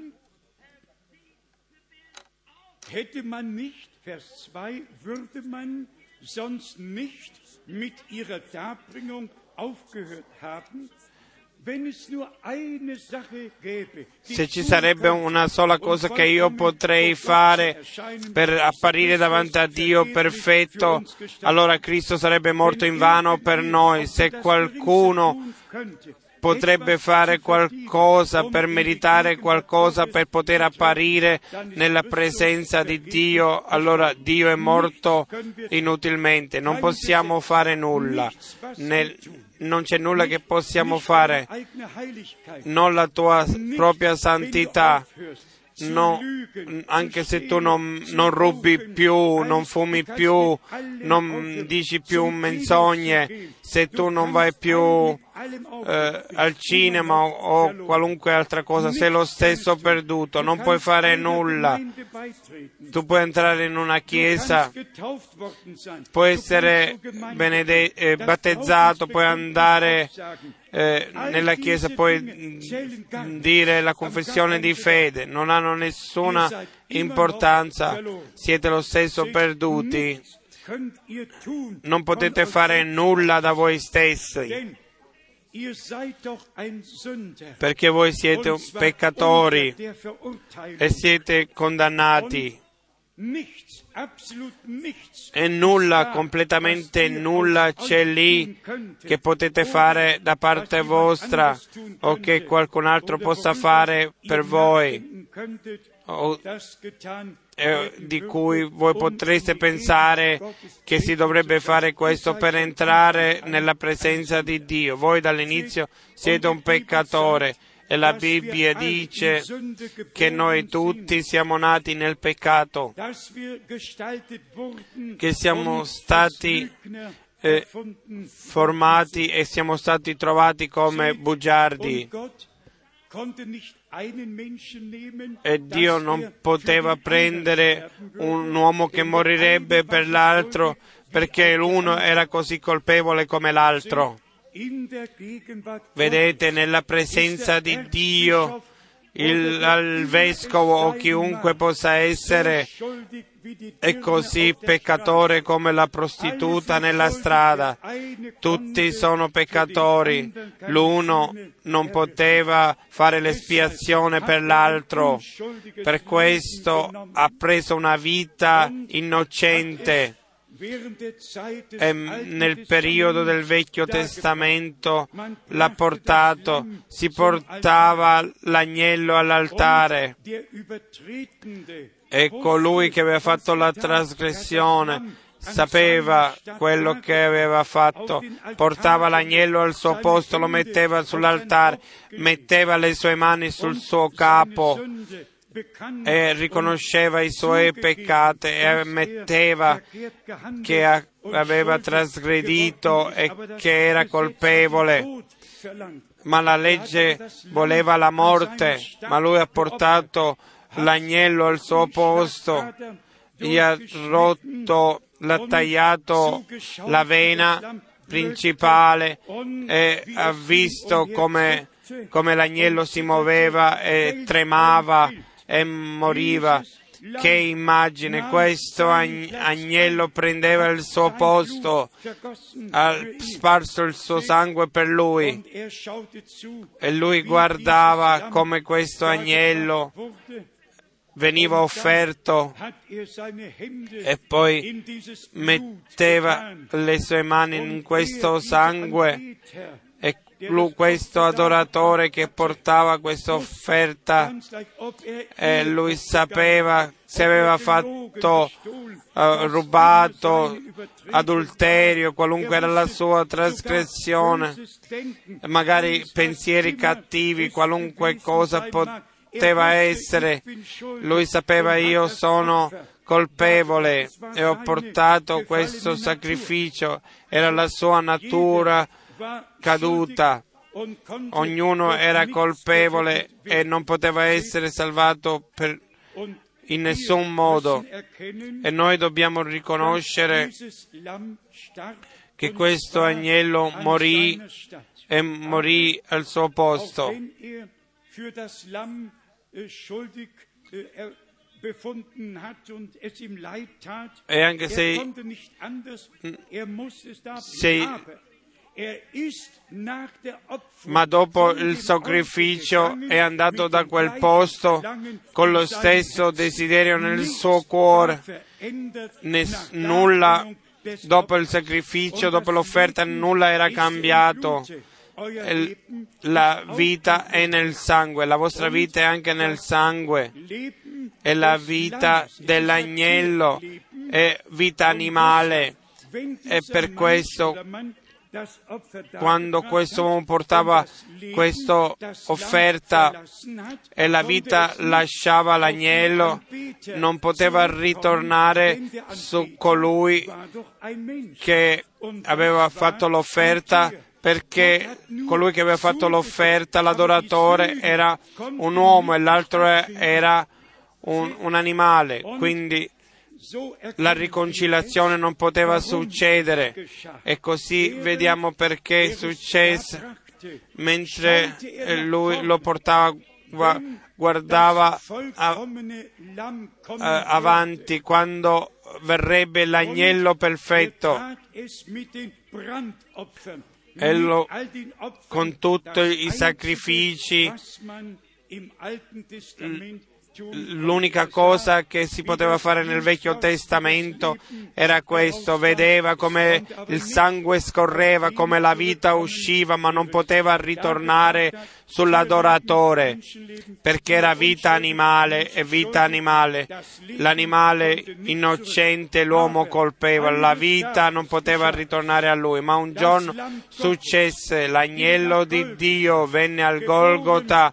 hätte man nicht, Vers 2, würde man sonst nicht mit ihrer Darbringung aufgehört haben, wenn es nur eine Sache gäbe. Se ci sarebbe una sola cosa che io potrei fare per apparire davanti a Dio perfetto, allora Cristo sarebbe morto invano per noi. Se qualcuno potrebbe fare qualcosa per meritare qualcosa, per poter apparire nella presenza di Dio, allora Dio è morto inutilmente. Non possiamo fare nulla, non c'è nulla che possiamo fare, non la tua propria santità. No, anche se tu non rubi più, non fumi più, non dici più menzogne, se tu non vai più al cinema o qualunque altra cosa, sei lo stesso perduto, non puoi fare nulla. Tu puoi entrare in una chiesa, puoi essere battezzato, puoi andare nella chiesa, puoi dire la confessione di fede, non hanno nessuna importanza, siete lo stesso perduti, non potete fare nulla da voi stessi, Ihr seid doch ein Sünder perché voi siete und zwar peccatori unter der Verurteilung. e siete condannati. Nichts, absolut nichts. E nulla, ist da, completamente was ihr nulla aus c'è euch lì tun könntet, che potete oder fare da was parte jemand vostra anderes tun o che könnte, qualcun altro oder possa worüber fare ihr per voi, nachdenken könntet, o das getan di werden cui würde, voi um potreste in die pensare Ewigkeit Gottes che si treten dovrebbe zu fare können. questo Ihr per seid von entrare Anfang an nella ein presenza di Sünder. Dio. Voi dall'inizio siete un peccatore e la Dass wir Bibbia alle in dice Sünde che noi geboren tutti sind, siamo nati nel peccato, dass wir gestaltet wurden che siamo vom stati Verlügner eh, erfunden formati e siamo stati trovati come und bugiardi. Gott konnte nicht einen Menschen nehmen, E Dio dass non er poteva für den prendere anderen sterben würde, un uomo che denn der morirebbe eine per war l'altro schuldig, wie perché auch der l'uno andere. era così colpevole come l'altro. In der Gegenwart Vedete, Gottes nella ist presenza der di Dio, Erzbischof oder il vescovo o chiunque possa essere è così peccatore come la prostituta nella strada. Tutti sono peccatori. L'uno non poteva fare l'espiazione per l'altro. Per questo ha preso una vita innocente. E nel periodo del Vecchio Testamento l'ha portato, si portava l'agnello all'altare e colui che aveva fatto la trasgressione sapeva quello che aveva fatto, portava l'agnello al suo posto, lo metteva sull'altare, metteva le sue mani sul suo capo e riconosceva i suoi peccati e ammetteva che aveva trasgredito e che era colpevole. Ma la legge voleva la morte, ma lui ha portato l'agnello al suo posto, gli ha rotto, l'ha tagliato la vena principale e ha visto come l'agnello si muoveva e tremava e moriva. Che immagine! Questo agnello prendeva il suo posto, ha sparso il suo sangue per lui e lui guardava come questo agnello veniva offerto e poi metteva le sue mani in questo sangue e questo adoratore che portava questa offerta e lui sapeva se aveva fatto rubato, adulterio, qualunque era la sua trasgressione, magari pensieri cattivi, qualunque cosa poteva essere. Lui sapeva: io sono colpevole e ho portato questo sacrificio. Era la sua natura caduta. Ognuno era colpevole e non poteva essere salvato in nessun modo. E noi dobbiamo riconoscere che questo agnello morì e morì al suo posto. E anche se ma dopo il sacrificio è andato da quel posto con lo stesso desiderio nel suo cuore. Nulla dopo il sacrificio, dopo l'offerta, nulla era cambiato. La vita è nel sangue, la vostra vita è anche nel sangue. È la vita dell'agnello, è vita animale. E per questo, quando questo uomo portava questa offerta e la vita lasciava l'agnello, non poteva ritornare su colui che aveva fatto l'offerta, perché colui che aveva fatto l'offerta, l'adoratore, era un uomo e l'altro era un animale. Quindi la riconciliazione non poteva succedere, e così vediamo perché successe. Mentre lui lo portava, guardava avanti quando verrebbe l'agnello perfetto. con tutti i sacrifici. L'unica cosa che si poteva fare nel Vecchio Testamento era questo: vedeva come il sangue scorreva, come la vita usciva, ma non poteva ritornare sull'adoratore, perché era vita animale e vita animale. L'animale innocente, l'uomo colpevole, la vita non poteva ritornare a lui. Ma un giorno successe, l'agnello di Dio venne al Golgota,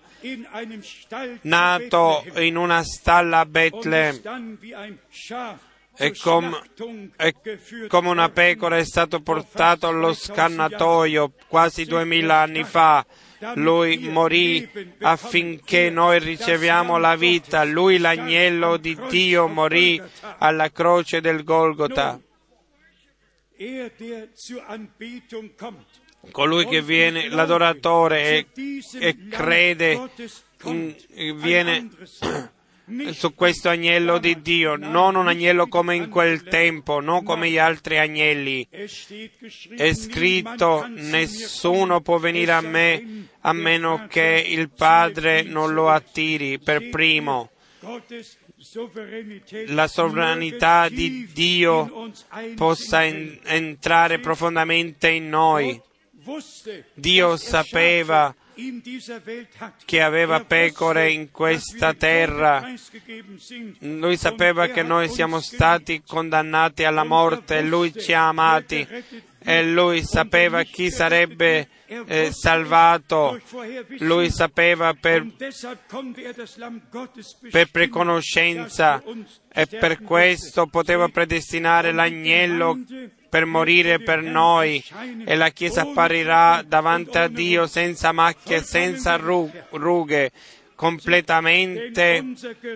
nato in una stalla a Betlemme, e come una pecora è stato portato allo scannatoio quasi 2000 anni fa. Lui morì affinché noi riceviamo la vita. Lui, l'agnello di Dio, morì alla croce del Golgota. Colui che viene, l'adoratore, e crede, viene su questo agnello di Dio, non un agnello come in quel tempo, non come gli altri agnelli. È scritto: nessuno può venire a me a meno che il Padre non lo attiri per primo. La sovranità di Dio possa entrare profondamente in noi. Dio sapeva che aveva pecore in questa terra. Lui sapeva che noi siamo stati condannati alla morte, Lui ci ha amati e Lui sapeva chi sarebbe salvato. Lui sapeva per preconoscenza, e per questo poteva predestinare l'agnello per morire per noi, e la Chiesa apparirà davanti a Dio senza macchie, senza rughe, completamente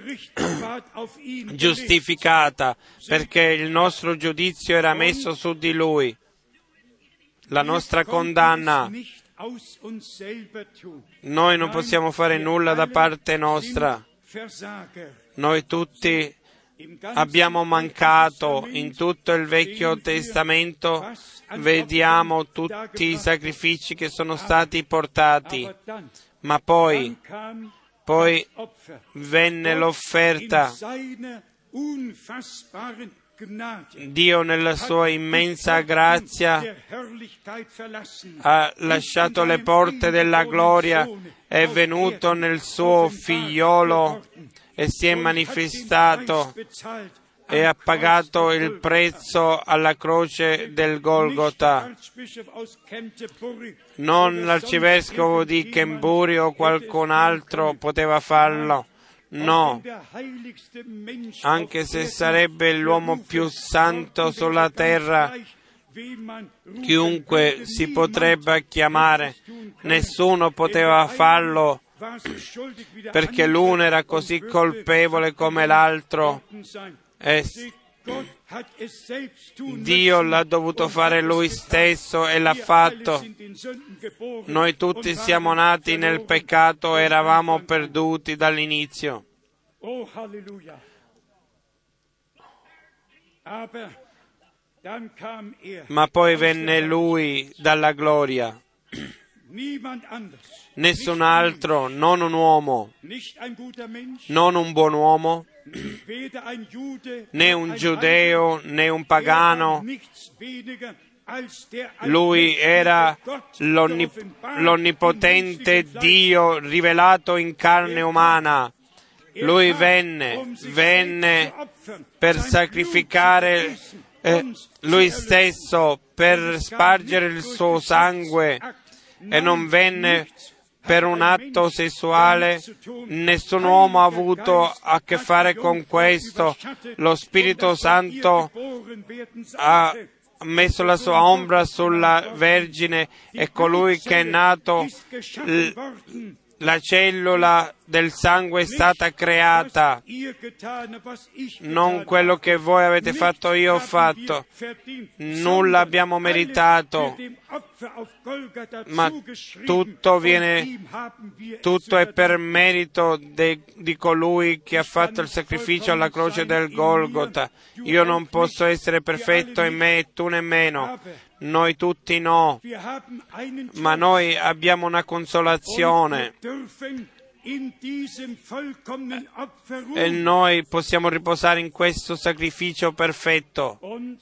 giustificata, perché il nostro giudizio era messo su di Lui. La nostra condanna, noi non possiamo fare nulla da parte nostra. Noi tutti abbiamo mancato. In tutto il Vecchio Testamento vediamo tutti i sacrifici che sono stati portati, ma poi venne l'offerta. Dio, nella sua immensa grazia, ha lasciato le porte della gloria, è venuto nel suo figliolo e si è manifestato e ha pagato il prezzo alla croce del Golgota. Non l'arcivescovo di Canterbury o qualcun altro poteva farlo. No, anche se sarebbe l'uomo più santo sulla terra, chiunque si potrebbe chiamare, nessuno poteva farlo, perché l'uno era così colpevole come l'altro, e Dio l'ha dovuto fare Lui stesso e l'ha fatto. Noi tutti siamo nati nel peccato, eravamo perduti dall'inizio. Ma poi venne Lui dalla gloria. Nessun altro, non un uomo, non un buon uomo, né un giudeo, né un pagano. Lui era l'onnipotente Dio rivelato in carne umana. Lui venne per sacrificare Lui stesso, per spargere il suo sangue, e non venne per un atto sessuale. Nessun uomo ha avuto a che fare con questo. Lo Spirito Santo ha messo la sua ombra sulla Vergine, e colui che è nato, la cellula del sangue è stata creata, non quello che voi avete fatto, io ho fatto. Nulla abbiamo meritato, ma tutto è per merito di colui che ha fatto il sacrificio alla croce del Golgota. Io non posso essere perfetto in me e tu nemmeno, noi tutti no, ma noi abbiamo una consolazione e noi possiamo riposare in questo sacrificio perfetto.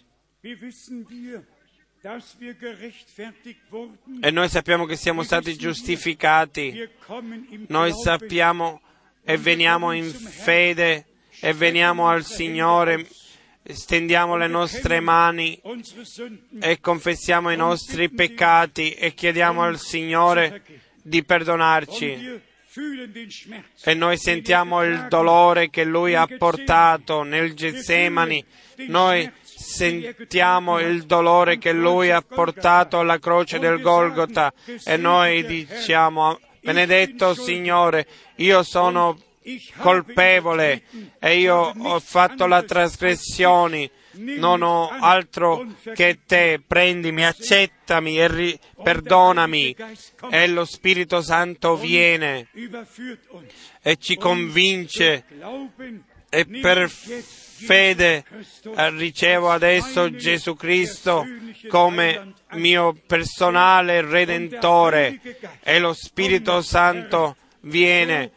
E noi sappiamo che siamo stati giustificati, noi sappiamo e veniamo in fede e veniamo al Signore, stendiamo le nostre mani e confessiamo i nostri peccati e chiediamo al Signore di perdonarci. E noi sentiamo il dolore che Lui ha portato nel Getsemani, noi sentiamo il dolore che Lui ha portato alla croce del Golgota e noi diciamo: benedetto Signore, io sono colpevole e io ho fatto la trasgressione, non ho altro che te, prendimi, accettami e perdonami. E lo Spirito Santo viene e ci convince e per fede ricevo adesso Gesù Cristo come mio personale Redentore e lo Spirito Santo viene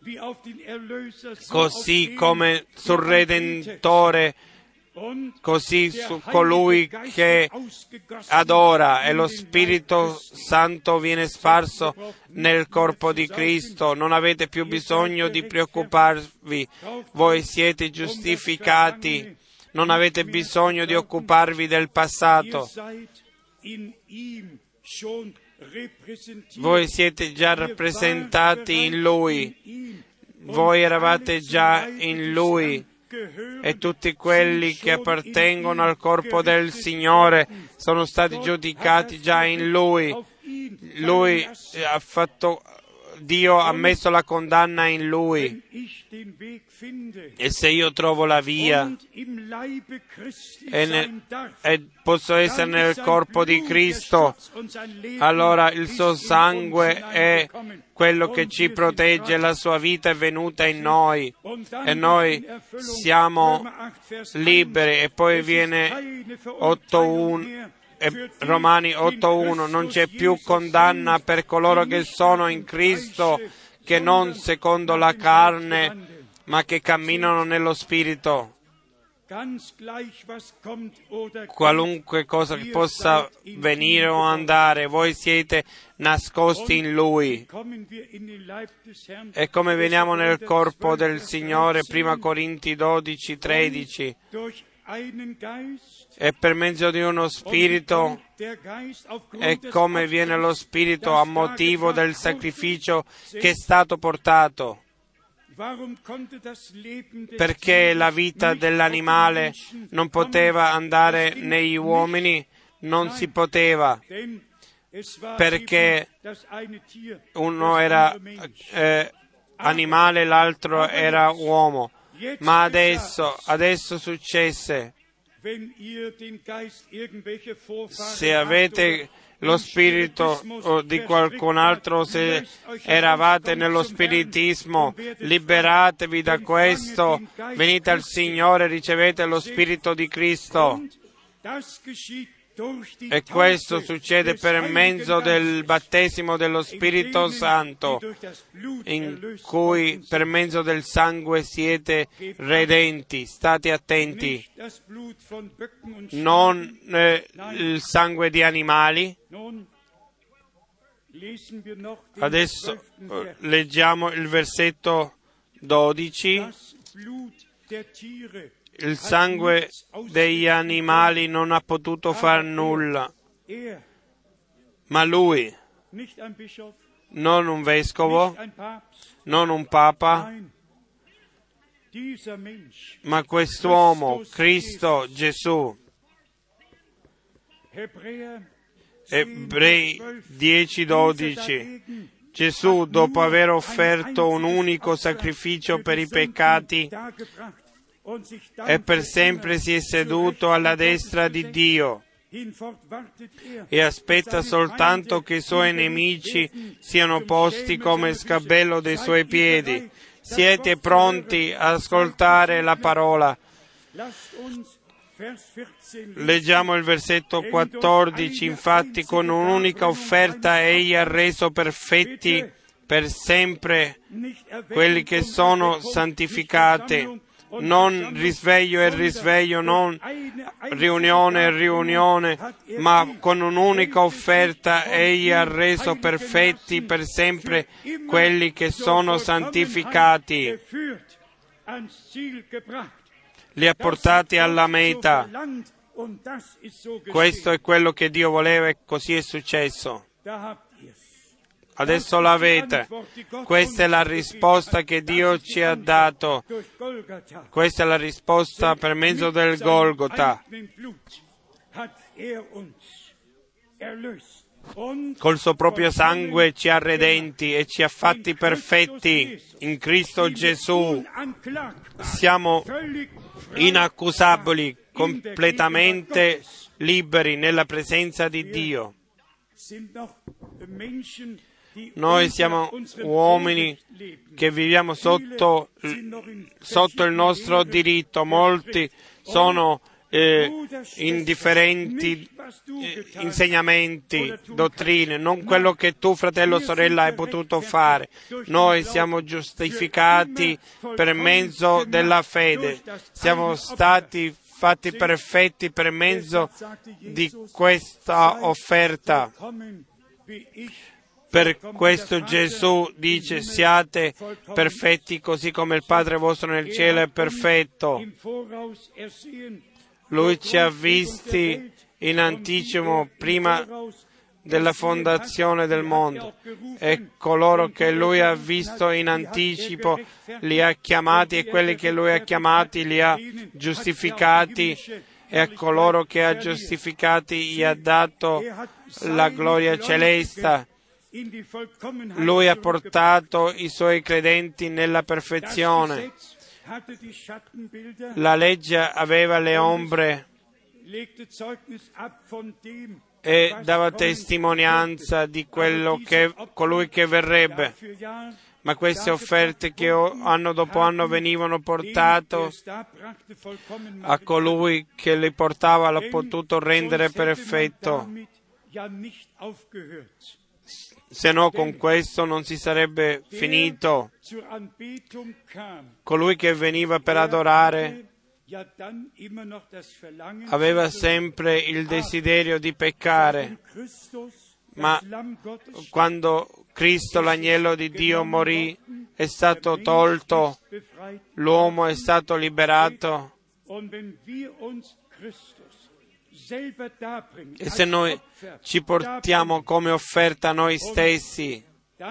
così come sul Redentore, così su colui che adora, e lo Spirito Santo viene sparso nel corpo di Cristo. Non avete più bisogno di preoccuparvi, voi siete giustificati, non avete bisogno di occuparvi del passato. Voi siete già rappresentati in Lui, voi eravate già in Lui e tutti quelli che appartengono al corpo del Signore sono stati giudicati già in Lui. Lui ha fatto, Dio ha messo la condanna in Lui. E se io trovo la via e posso essere nel corpo di Cristo, allora il suo sangue è quello che ci protegge, la sua vita è venuta in noi e noi siamo liberi. E poi viene 8:1. Romani 8:1, non c'è più condanna per coloro che sono in Cristo, che non secondo la carne, ma che camminano nello Spirito. Qualunque cosa che possa venire o andare, voi siete nascosti in Lui. E come veniamo nel corpo del Signore, 1 Corinti 12:13, e per mezzo di uno Spirito, e come viene lo Spirito a motivo del sacrificio che è stato portato. Perché la vita dell'animale non poteva andare negli uomini? Non si poteva, perché uno era animale, l'altro era uomo. Ma adesso successe. Se avete lo spirito di qualcun altro, se eravate nello spiritismo, liberatevi da questo, venite al Signore, ricevete lo Spirito di Cristo. E questo succede per mezzo del battesimo dello Spirito Santo, in cui per mezzo del sangue siete redenti. State attenti, non il sangue di animali. Adesso leggiamo il versetto 12. Il sangue degli animali non ha potuto far nulla, ma lui, non un vescovo, non un papa, ma quest'uomo, Cristo Gesù. Ebrei 10:12 Gesù, dopo aver offerto un unico sacrificio per i peccati, e per sempre si è seduto alla destra di Dio e aspetta soltanto che i suoi nemici siano posti come scabello dei suoi piedi. Siete pronti ad ascoltare la parola? Leggiamo il versetto 14. Infatti con un'unica offerta egli ha reso perfetti per sempre quelli che sono santificati. Non risveglio e risveglio, non riunione e riunione, ma con un'unica offerta egli ha reso perfetti per sempre quelli che sono santificati. Li ha portati alla meta. Questo è quello che Dio voleva e così è successo. Adesso l'avete. Questa è la risposta che Dio ci ha dato. Questa è la risposta per mezzo del Golgota. Col suo proprio sangue ci ha redenti e ci ha fatti perfetti in Cristo Gesù. Siamo inaccusabili, completamente liberi nella presenza di Dio. Noi siamo uomini che viviamo sotto il nostro diritto. Molti sono in differenti insegnamenti, dottrine, non quello che tu, fratello o sorella, hai potuto fare. Noi siamo giustificati per mezzo della fede. Siamo stati fatti perfetti per mezzo di questa offerta. Per questo Gesù dice: siate perfetti così come il Padre vostro nel cielo è perfetto. Lui ci ha visti in anticipo prima della fondazione del mondo, e coloro che Lui ha visto in anticipo li ha chiamati, e quelli che Lui ha chiamati li ha giustificati, e a coloro che ha giustificati gli ha dato la gloria celeste. Lui ha portato i suoi credenti nella perfezione. La legge aveva le ombre e dava testimonianza di quello che colui che verrebbe. Ma queste offerte che anno dopo anno venivano portate a colui che le portava l'ha potuto rendere perfetto. Se no, con questo non si sarebbe finito. Colui che veniva per adorare aveva sempre il desiderio di peccare, ma quando Cristo, l'agnello di Dio, morì, è stato tolto, l'uomo è stato liberato. E se noi ci portiamo come offerta noi stessi,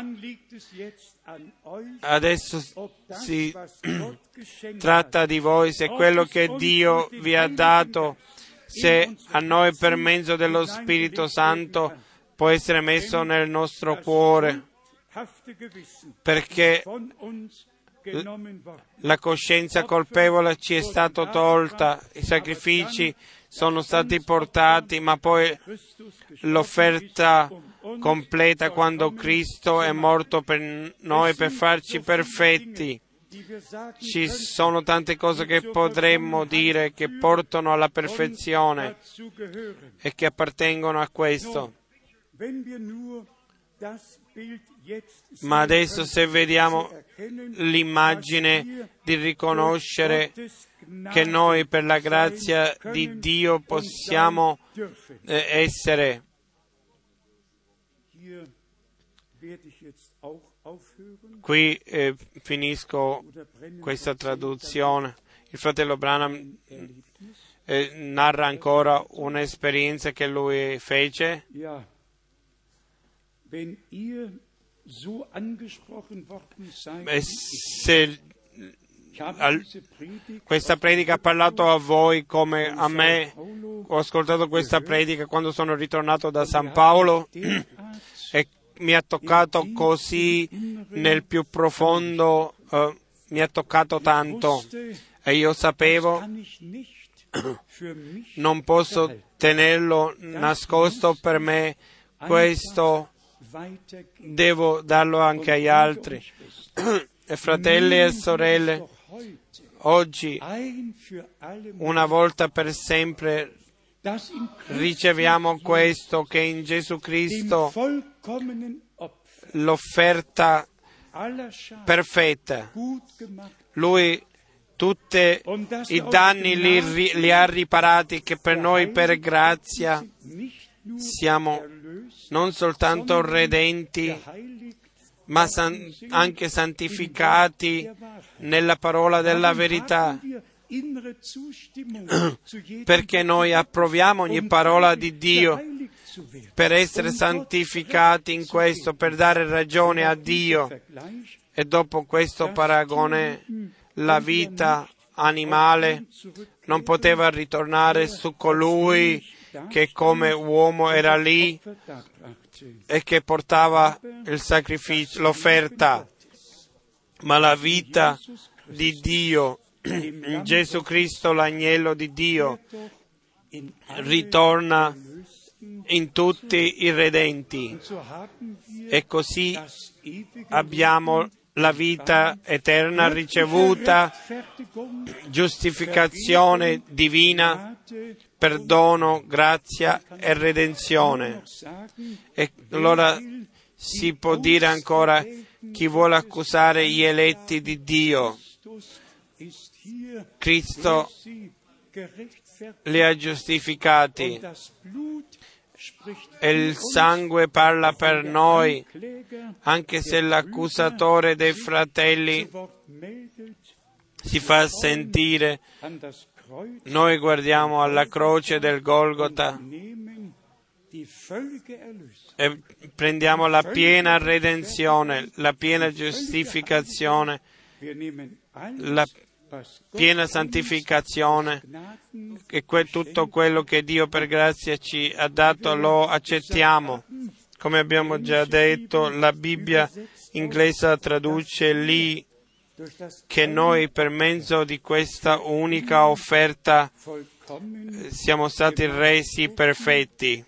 adesso si tratta di voi, se quello che Dio vi ha dato, se a noi per mezzo dello Spirito Santo può essere messo nel nostro cuore, perché la coscienza colpevole ci è stata tolta, i sacrifici sono stati portati, ma poi l'offerta completa quando Cristo è morto per noi per farci perfetti. Ci sono tante cose che potremmo dire che portano alla perfezione e che appartengono a questo. Ma adesso, se vediamo l'immagine di riconoscere che noi per la grazia di Dio possiamo essere. Qui finisco questa traduzione. Il fratello Branham narra ancora un'esperienza che lui fece. Se questa predica ha parlato a voi come a me, ho ascoltato questa predica quando sono ritornato da San Paolo, e mi ha toccato così nel più profondo, mi ha toccato tanto, e io sapevo non posso tenerlo nascosto per me, questo devo darlo anche agli altri. E fratelli e sorelle, oggi, una volta per sempre, riceviamo questo, che in Gesù Cristo l'offerta perfetta, Lui tutti i danni li ha riparati, che per noi per grazia siamo non soltanto redenti, ma anche santificati nella parola della verità, perché noi approviamo ogni parola di Dio per essere santificati in questo, per dare ragione a Dio. E dopo questo paragone, la vita animale non poteva ritornare su colui che come uomo era lì e che portava il sacrificio, l'offerta, ma la vita di Dio, Gesù Cristo, l'agnello di Dio, ritorna in tutti i redenti, e così abbiamo la vita eterna ricevuta, giustificazione divina, perdono, grazia e redenzione. E allora si può dire ancora: chi vuole accusare gli eletti di Dio? Cristo li ha giustificati e il sangue parla per noi, anche se l'accusatore dei fratelli si fa sentire. Noi guardiamo alla croce del Golgota e prendiamo la piena redenzione, la piena giustificazione, la piena santificazione, che tutto quello che Dio per grazia ci ha dato lo accettiamo. Come abbiamo già detto, la Bibbia inglese traduce lì che noi per mezzo di questa unica offerta siamo stati resi perfetti.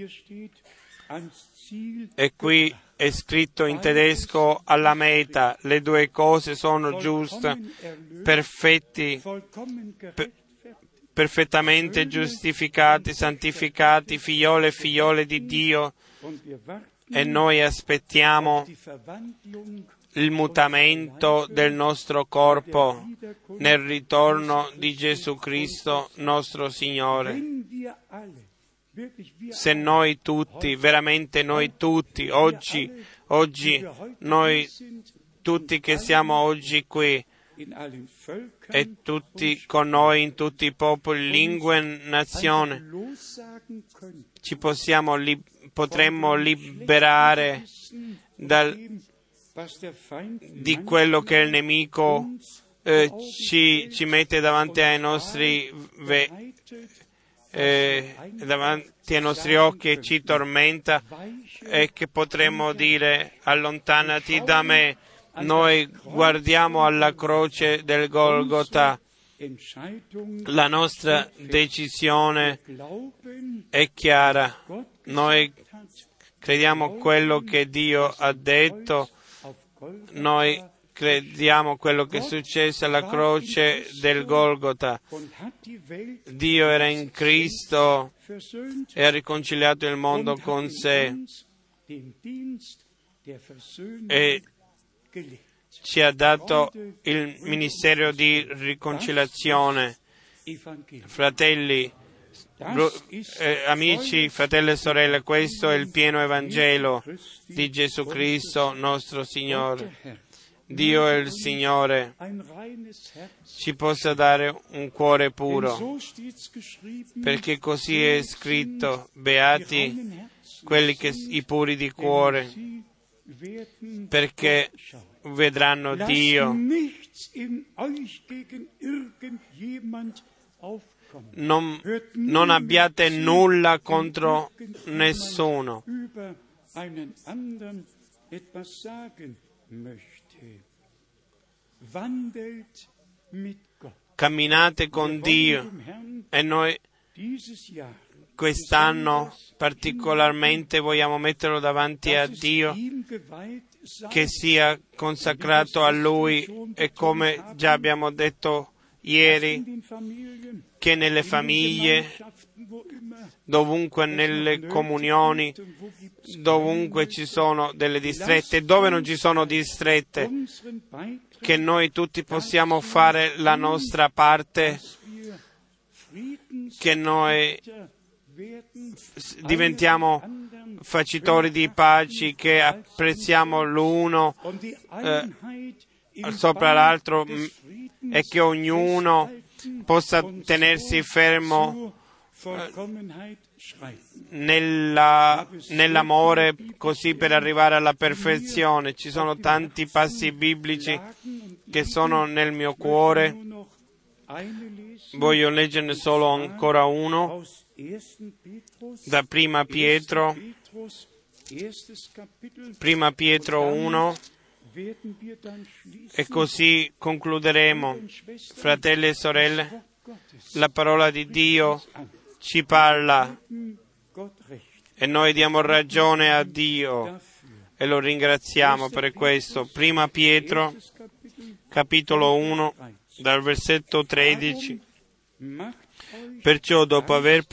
E qui è scritto in tedesco: alla meta, le due cose sono giuste, perfetti, perfettamente giustificati, santificati, figlioli e figliole di Dio, e noi aspettiamo il mutamento del nostro corpo nel ritorno di Gesù Cristo, nostro Signore. Se noi tutti, veramente noi tutti, oggi, noi tutti che siamo oggi qui, e tutti con noi in tutti i popoli, lingue, nazioni, ci potremmo liberare di quello che il nemico ci mette davanti ai nostri davanti ai nostri occhi e ci tormenta, e che potremmo dire: allontanati da me. Noi guardiamo alla croce del Golgota, la nostra decisione è chiara, noi crediamo quello che Dio ha detto, noi crediamo quello che è successo alla croce del Golgota. Dio era in Cristo e ha riconciliato il mondo con sé e ci ha dato il ministero di riconciliazione. Fratelli, amici, fratelli e sorelle, questo è il pieno Evangelo di Gesù Cristo, nostro Signore. Dio è il Signore, ci possa dare un cuore puro, perché così è scritto: beati quelli i puri di cuore, perché vedranno Dio. Non abbiate nulla contro nessuno, einen anderen etwas sagen möchte. Wandelt mit Gott. Camminate con Dio, e noi Dieses Jahr quest'anno particolarmente vogliamo metterlo davanti a Dio, ihm geweiht sei, che sia consacrato a Lui, e come già abbiamo detto in ieri, den Familien, che nelle in den famiglie, Gemeinschaften, wo immer dovunque nelle comunioni, wo gibt's dovunque ci sono delle distrette, dove non ci sono distrette, unseren Beitrag, che noi tutti possiamo fare la nostra parte, dass wir Friedens che noi werden, diventiamo anderen facitori di pace, che apprezziamo l'uno und die Einheit im sopra Band l'altro, des Friedens e che ognuno possa und tenersi so fermo zur Vollkommenheit schreiten. nell'amore, così per arrivare alla perfezione. Ci sono tanti passi biblici che sono nel mio cuore. Nur noch eine lesen Voglio leggerne solo ancora uno, aus 1. Petrus, da Prima Pietro, 1. Petrus, erstes Kapitel, Prima Pietro 1, werden wir dann schließen. e così concluderemo. Fratelli e sorelle, la parola di Dio ci parla Gott recht e noi diamo ragione a Dio dafür. e lo ringraziamo per questo. Prima Pietro, Erstes Kapitel, capitolo 1, dal versetto 13. macht euch Perciò, dopo aver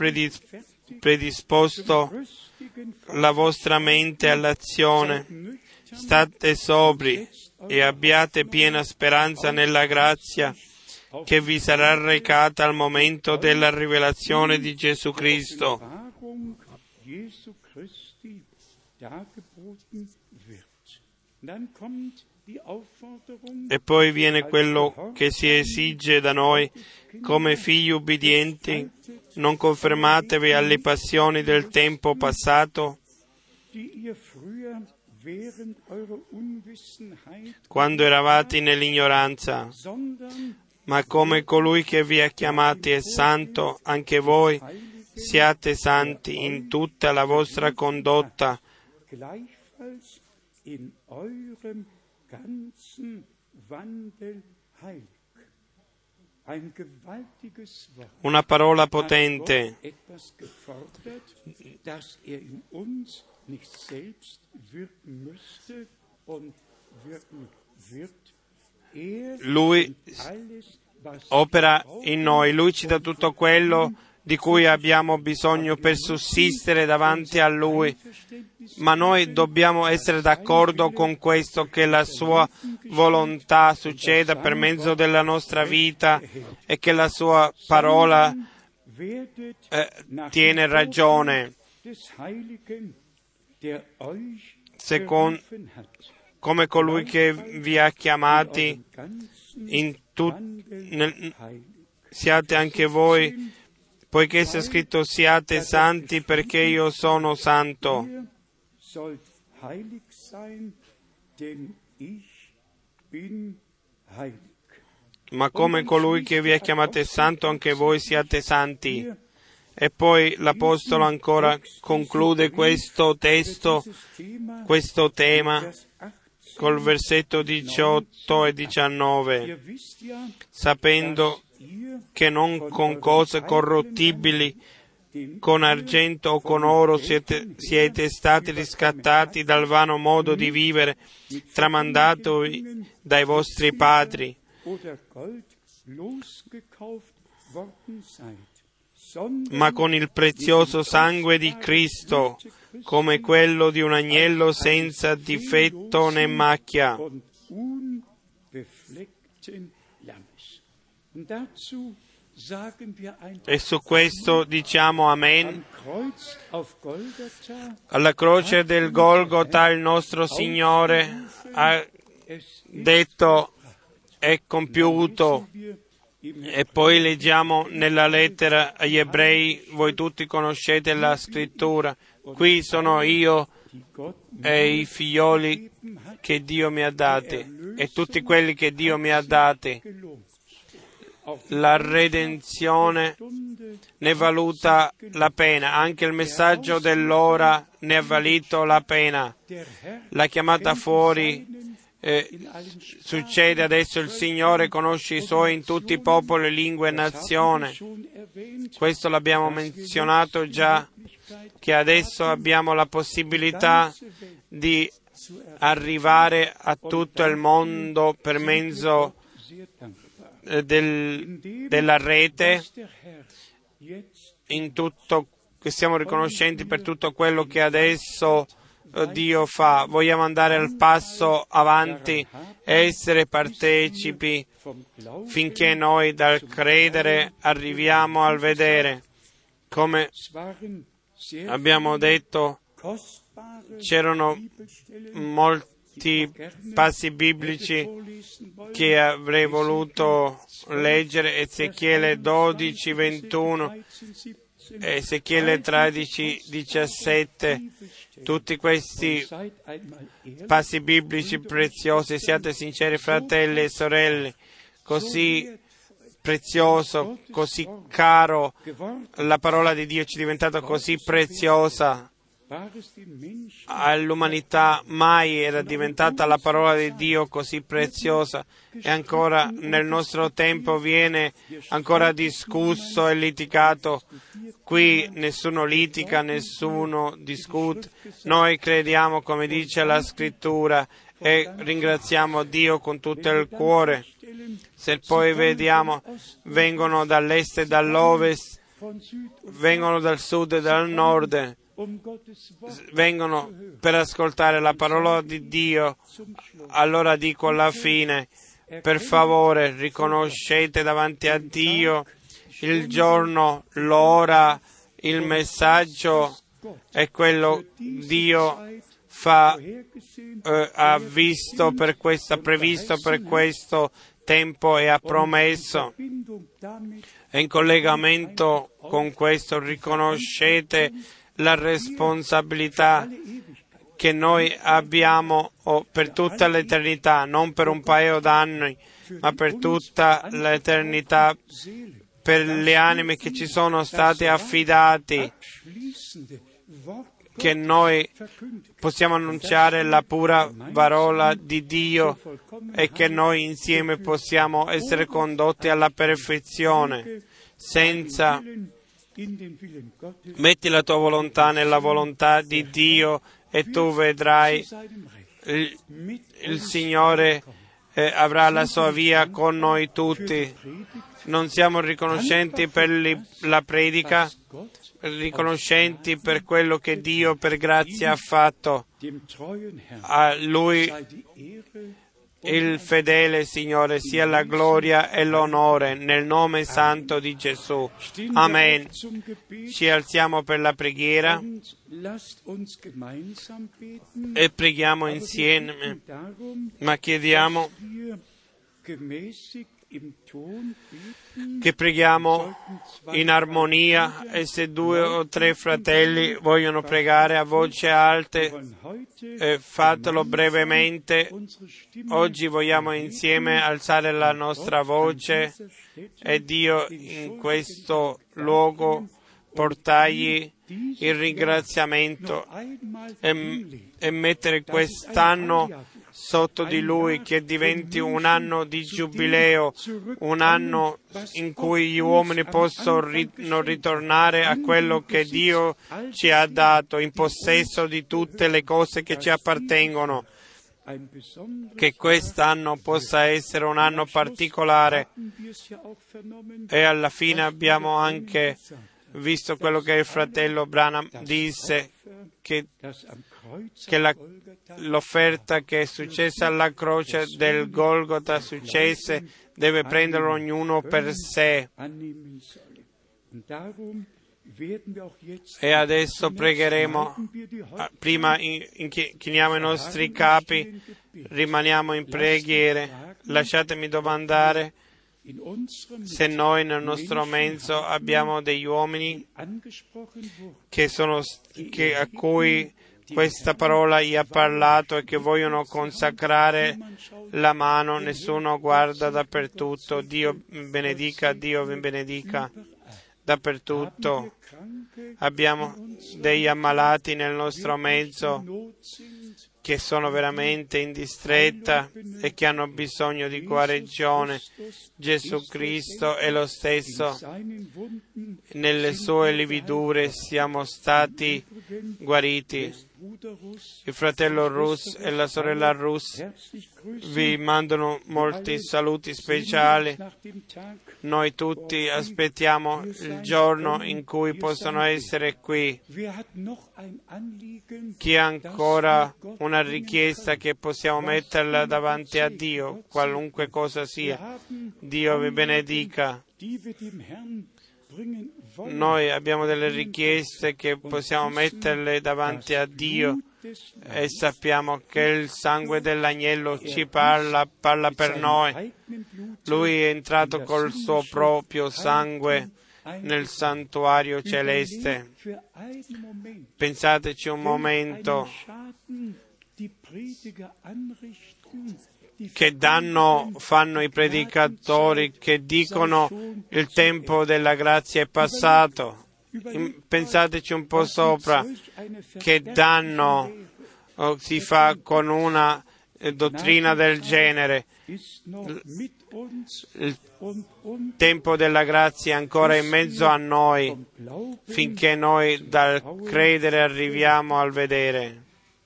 predisposto rüstigen la vostra mente all'azione, nüchtern state sobri e abbiate piena speranza nella grazia che vi sarà recata al momento della rivelazione di Gesù Cristo. Offenbarung Jesu Christi dargeboten wird. Dann kommt die Aufforderung, E poi viene quello che si esige da noi come figli ubbidienti: non confermatevi alle passioni del tempo passato, die ihr früher während eurer Unwissenheit, quando eravate nell'ignoranza, sondern ma come colui che vi ha chiamati è santo, anche voi siate santi in tutta la vostra condotta, gleichfalls in eurem ganzen Wandel heilig. Ein gewaltiges Wort. una parola Hat potente. Gott etwas gefordert, dass in uns nicht selbst wirken müsste und wirken wird. Lui Alles, was opera in noi, Lui ci dà tutto quello di cui abbiamo bisogno per sussistere davanti a Lui, ma noi dobbiamo essere d'accordo con questo, che la Sua volontà succeda per mezzo della nostra vita e che la Sua parola werdet tiene ragione, des Heiligen, der euch secondo berufen hat. come colui che vi ha chiamati in siate anche voi, poiché sia scritto: siate santi perché io sono santo. Ihr sollt heilig sein, denn ich bin heilig. Ma come colui che vi ha chiamato è santo, anche voi siate santi. E poi l'Apostolo ancora conclude questo testo, questo tema, col versetto 18 e 19, sapendo che non con cose corruttibili, con argento o con oro siete stati riscattati dal vano modo di vivere tramandatovi dai vostri padri, ma con il prezioso sangue di Cristo, come quello di un agnello senza difetto né macchia. E su questo diciamo Amen. Alla croce del Golgota il nostro Signore ha detto: è compiuto. E poi leggiamo nella lettera agli Ebrei, voi tutti conoscete la scrittura: qui sono io e i figlioli che Dio mi ha dati, e tutti quelli che Dio mi ha dati. La redenzione ne valuta la pena, anche il messaggio dell'ora ne ha valito la pena. La chiamata fuori succede adesso, il Signore conosce i Suoi in tutti i popoli, lingue e nazioni. Questo l'abbiamo menzionato già, che adesso abbiamo la possibilità di arrivare a tutto il mondo per mezzo della rete. Siamo riconoscenti per tutto quello che adesso Dio fa. Vogliamo andare al passo avanti e essere partecipi finché noi dal credere arriviamo al vedere. Come abbiamo detto, c'erano molti passi biblici che avrei voluto leggere: Ezechiele 12, 21, Ezechiele 13, 17, tutti questi passi biblici preziosi. Siate sinceri, fratelli e sorelle, così prezioso, così caro, la parola di Dio ci è diventata così preziosa. All'umanità mai era diventata la parola di Dio così preziosa, e ancora nel nostro tempo viene ancora discusso e litigato. Qui nessuno litiga, nessuno discute. Noi crediamo come dice la Scrittura e ringraziamo Dio con tutto il cuore. Se poi vediamo, vengono dall'est e dall'ovest, vengono dal sud e dal nord, vengono per ascoltare la parola di Dio. Allora dico alla fine, per favore riconoscete davanti a Dio il giorno, l'ora, il messaggio e quello Dio ha visto per questo, ha previsto per questo tempo e ha promesso. E in collegamento con questo riconoscete la responsabilità che noi abbiamo per tutta l'eternità, non per un paio d'anni, ma per tutta l'eternità, per le anime che ci sono state affidate, che noi possiamo annunciare la pura parola di Dio e che noi insieme possiamo essere condotti alla perfezione senza. Metti la tua volontà nella volontà di Dio e tu vedrai il Signore avrà la sua via con noi tutti. Non siamo riconoscenti per la predica, riconoscenti per quello che Dio per grazia ha fatto. A Lui, il fedele Signore, sia la gloria e l'onore nel nome santo di Gesù. Amen. Ci alziamo per la preghiera e preghiamo insieme, ma chiediamo che preghiamo in armonia, e se 2 o 3 fratelli vogliono pregare a voce alte, fatelo brevemente. Oggi vogliamo insieme alzare la nostra voce e Dio in questo luogo portargli il ringraziamento e mettere quest'anno sotto di Lui, che diventi un anno di giubileo, un anno in cui gli uomini possono ritornare a quello che Dio ci ha dato, in possesso di tutte le cose che ci appartengono. Che quest'anno possa essere un anno particolare. E alla fine abbiamo anche visto quello che il fratello Branham disse, che l'offerta che è successa alla croce del Golgota successe, deve prenderlo ognuno per sé. E adesso pregheremo, prima chiniamo i nostri capi, rimaniamo in preghiere. Lasciatemi domandare se noi nel nostro mezzo abbiamo degli uomini a cui questa parola gli ha parlato e che vogliono consacrare la mano. Nessuno guarda dappertutto. Dio benedica, Dio vi benedica. dappertutto. Abbiamo degli ammalati nel nostro mezzo che sono veramente in distretta e che hanno bisogno di guarigione. Gesù Cristo è lo stesso. Nelle sue lividure siamo stati guariti. Il fratello Rus e la sorella Rus vi mandano molti saluti speciali. Noi tutti aspettiamo il giorno in cui possono essere qui. Chi ha ancora una richiesta che possiamo metterla davanti a Dio, qualunque cosa sia? Dio vi benedica. Noi abbiamo delle richieste che possiamo metterle davanti a Dio e sappiamo che il sangue dell'agnello ci parla per noi. Lui è entrato col suo proprio sangue nel santuario celeste. Pensateci un momento. Che danno fanno i predicatori che dicono il tempo della grazia è passato. Pensateci un po' sopra. Che danno si fa con una dottrina del genere. Il tempo della grazia è ancora in mezzo a noi, finché noi dal credere arriviamo al vedere.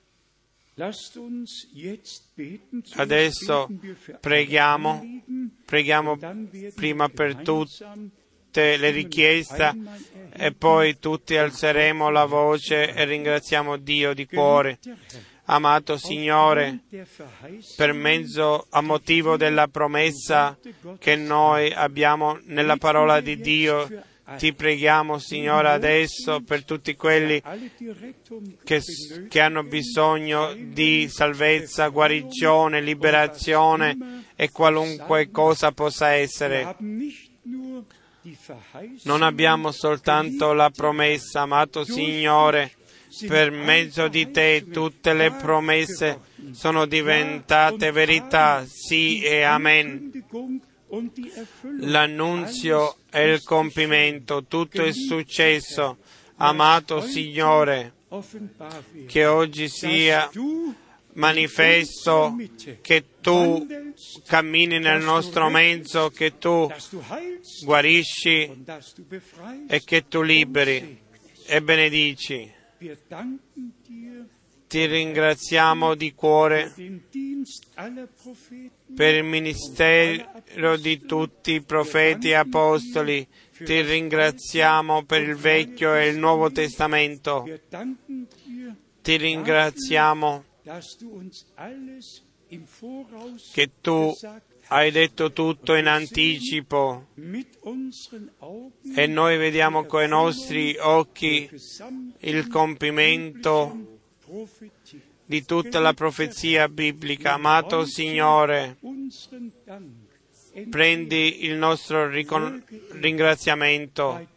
Adesso preghiamo prima per tutte le richieste e poi tutti alzeremo la voce e ringraziamo Dio di cuore. Amato Signore, a motivo della promessa che noi abbiamo nella parola di Dio, ti preghiamo, Signore, adesso per tutti quelli che hanno bisogno di salvezza, guarigione, liberazione e qualunque cosa possa essere. Non abbiamo soltanto la promessa, amato Signore, per mezzo di te tutte le promesse sono diventate verità, sì e amen. L'annunzio e il compimento, tutto è successo. Amato Signore, che oggi sia manifesto che tu cammini nel nostro mezzo, che tu guarisci e che tu liberi e benedici. Ti ringraziamo di cuore per il ministero di tutti i profeti e apostoli. Ti ringraziamo per il Vecchio e il Nuovo Testamento. Ti ringraziamo che tu hai detto tutto in anticipo e noi vediamo con i nostri occhi il compimento di tutta la profezia biblica. Amato Signore, prendi il nostro ringraziamento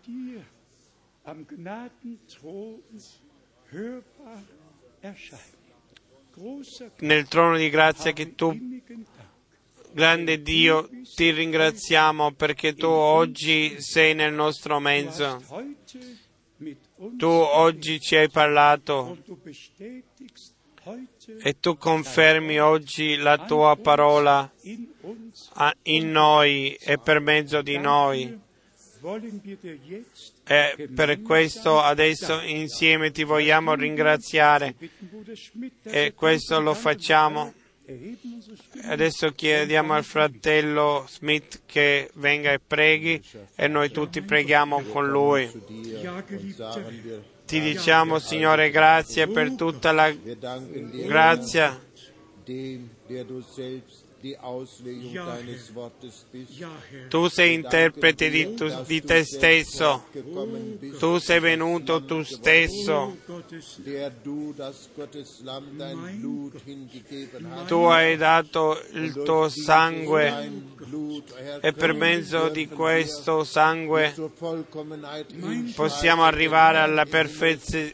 nel trono di grazia che tu, grande Dio, ti ringraziamo perché tu oggi sei nel nostro mezzo. Tu oggi ci hai parlato e tu confermi oggi la tua parola in noi e per mezzo di noi. E per questo adesso insieme ti vogliamo ringraziare e questo lo facciamo. Adesso chiediamo al fratello Smith che venga e preghi e noi tutti preghiamo con lui. Ti diciamo, Signore, grazie per tutta la grazia Tu sei interprete di te stesso, tu sei venuto tu stesso, tu hai dato il tuo sangue e per mezzo di questo sangue possiamo arrivare alla perfezione.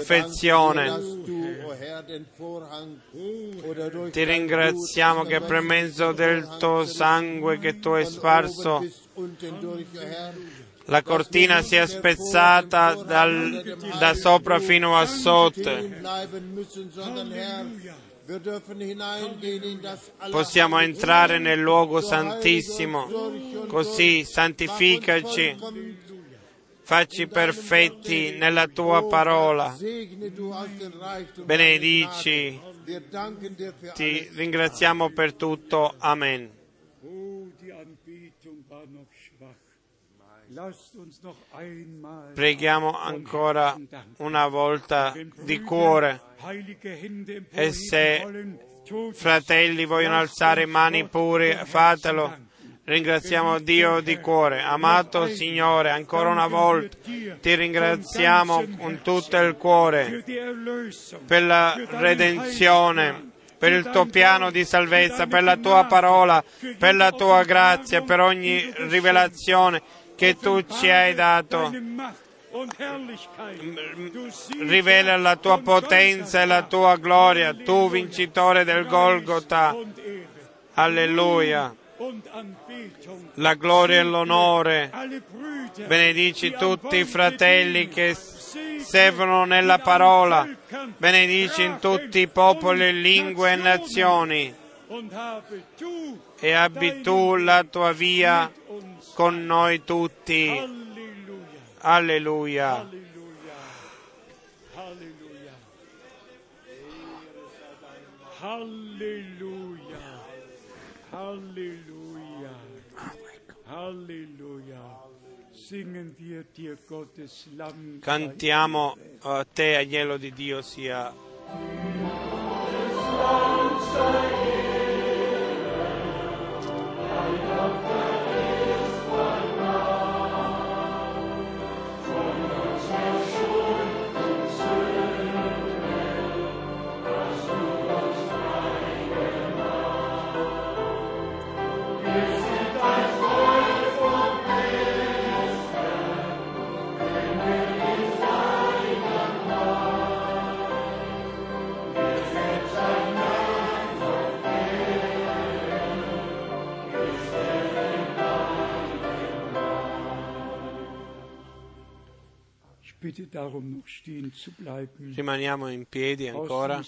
Ti ringraziamo che per mezzo del tuo sangue che tu hai sparso la cortina sia spezzata da sopra fino a sotto. Possiamo entrare nel luogo santissimo, così santificaci, facci perfetti nella tua parola, benedici, ti ringraziamo per tutto, amen. Preghiamo ancora una volta di cuore, e se fratelli vogliono alzare mani pure, fatelo. Ringraziamo Dio di cuore. Amato Signore, ancora una volta ti ringraziamo con tutto il cuore per la redenzione, per il tuo piano di salvezza, per la tua parola, per la tua grazia, per ogni rivelazione che tu ci hai dato. Rivela la tua potenza e la tua gloria, tu vincitore del Golgota. Alleluia. La gloria e l'onore. Benedici tutti i fratelli che servono nella parola. Benedici in tutti i popoli, lingue e nazioni. E abbi tu la tua via con noi tutti. Alleluia. Halleluja, Halleluja, Halleluja. Singen wir dir Gottes Lamm. Cantiamo a te, agnello di Dio sia. Rimaniamo in piedi ancora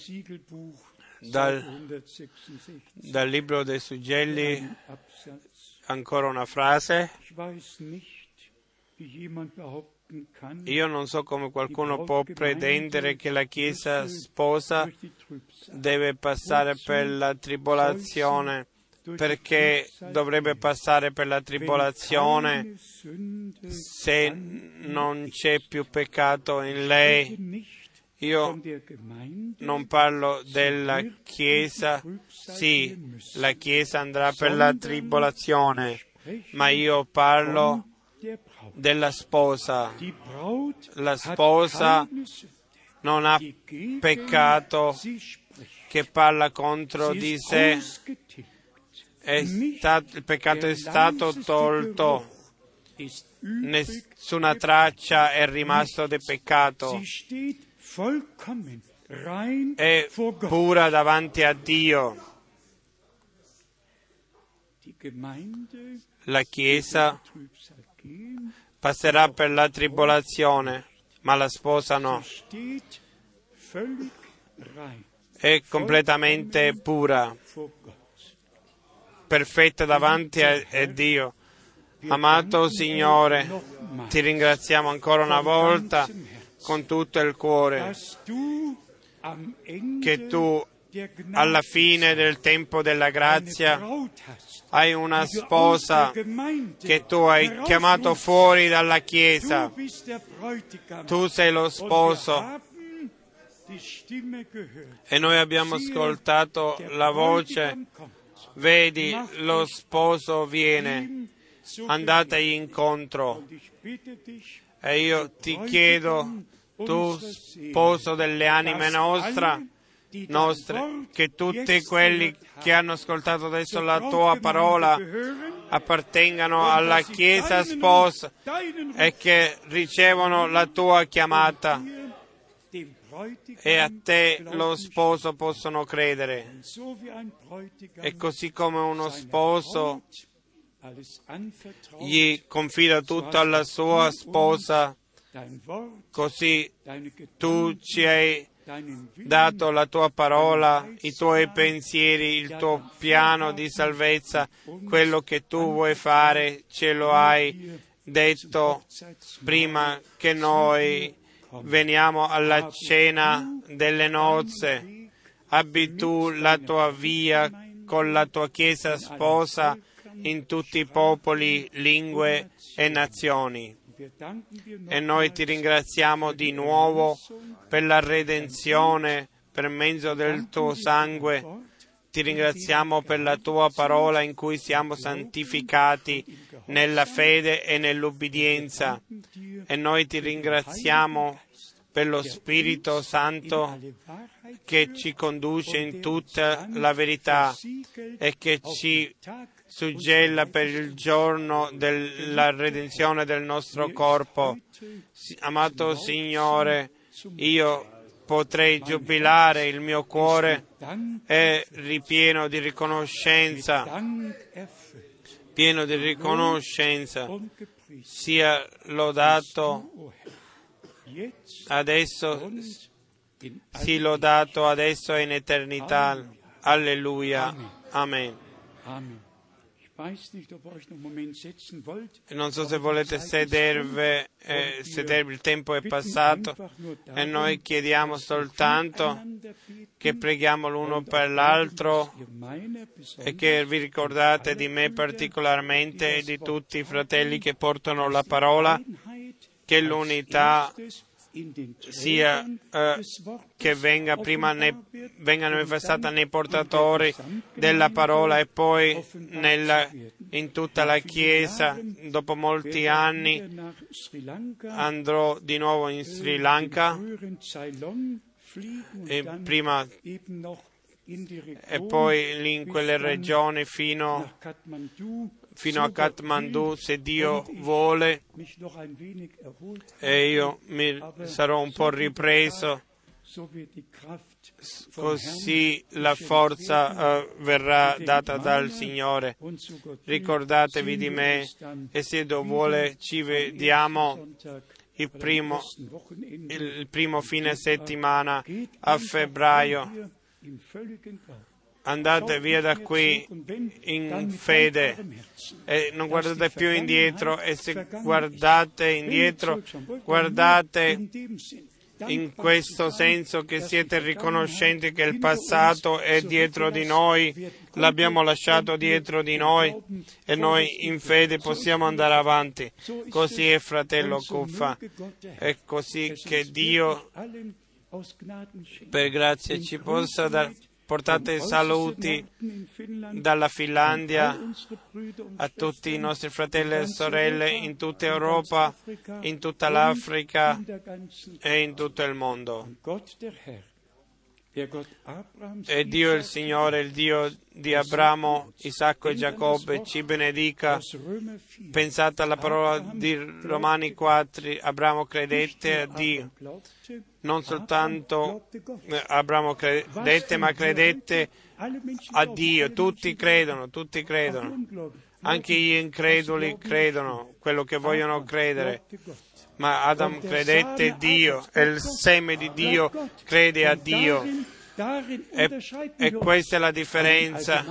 dal libro dei Suggelli, ancora una frase. Io non so come qualcuno può pretendere che la Chiesa sposa deve passare per la tribolazione. Perché dovrebbe passare per la tribolazione se non c'è più peccato in lei? Io non parlo della Chiesa, sì, la Chiesa andrà per la tribolazione, ma io parlo della sposa. La sposa non ha peccato che parla contro di sé. Il peccato è stato tolto, nessuna traccia è rimasto di peccato, è pura davanti a Dio. La Chiesa passerà per la tribolazione, ma la sposa no, è completamente pura, perfetta davanti a Dio. Amato Signore, ti ringraziamo ancora una volta con tutto il cuore che tu alla fine del tempo della grazia hai una sposa che tu hai chiamato fuori dalla Chiesa. Tu sei lo sposo e noi abbiamo ascoltato la voce. Vedi, lo sposo viene, andategli incontro. E io ti chiedo, tu sposo delle anime nostre, che tutti quelli che hanno ascoltato adesso la tua parola appartengano alla Chiesa sposa e che ricevono la tua chiamata e a te lo sposo possono credere. E così come uno sposo gli confida tutto alla sua sposa, così tu ci hai dato la tua parola, i tuoi pensieri, il tuo piano di salvezza, quello che tu vuoi fare, ce lo hai detto prima che noi veniamo alla cena delle nozze. Abbi tu la tua via con la tua Chiesa sposa in tutti i popoli, lingue e nazioni. E noi ti ringraziamo di nuovo per la redenzione per mezzo del tuo sangue. Ti ringraziamo per la tua parola in cui siamo santificati nella fede e nell'ubbidienza. E noi ti ringraziamo per lo Spirito Santo che ci conduce in tutta la verità e che ci suggella per il giorno della redenzione del nostro corpo. Amato Signore, io potrei giubilare, il mio cuore è ripieno di riconoscenza, pieno di riconoscenza. Sia lodato adesso, sii lodato adesso e in eternità. Alleluia. Amen. Non so se volete sedervi, il tempo è passato e noi chiediamo soltanto che preghiamo l'uno per l'altro e che vi ricordate di me particolarmente e di tutti i fratelli che portano la parola, che l'unità sia che venga prima venga manifestata nei portatori della parola e poi in tutta la Chiesa. Dopo molti anni andrò di nuovo in Sri Lanka e poi lì in quelle regioni fino a Kathmandu, se Dio vuole, e io mi sarò un po' ripreso, così la forza verrà data dal Signore. Ricordatevi di me e se Dio vuole ci vediamo il primo fine settimana a febbraio. Andate via da qui in fede e non guardate più indietro, e se guardate indietro, guardate in questo senso che siete riconoscenti che il passato è dietro di noi, l'abbiamo lasciato dietro di noi e noi in fede possiamo andare avanti. Così è, fratello Cuffa, è così che Dio per grazia ci possa dare. Portate saluti dalla Finlandia a tutti i nostri fratelli e sorelle in tutta Europa, in tutta l'Africa e in tutto il mondo. E Dio il Signore, il Dio di Abramo, Isacco e Giacobbe, ci benedica. Pensate alla parola di Romani 4, Abramo credette a Dio. Non soltanto Abramo credette, ma credette a Dio. Tutti credono. Anche gli increduli credono quello che vogliono credere. Ma Adam credette Dio, e il seme di Dio crede a Dio. E questa è la differenza.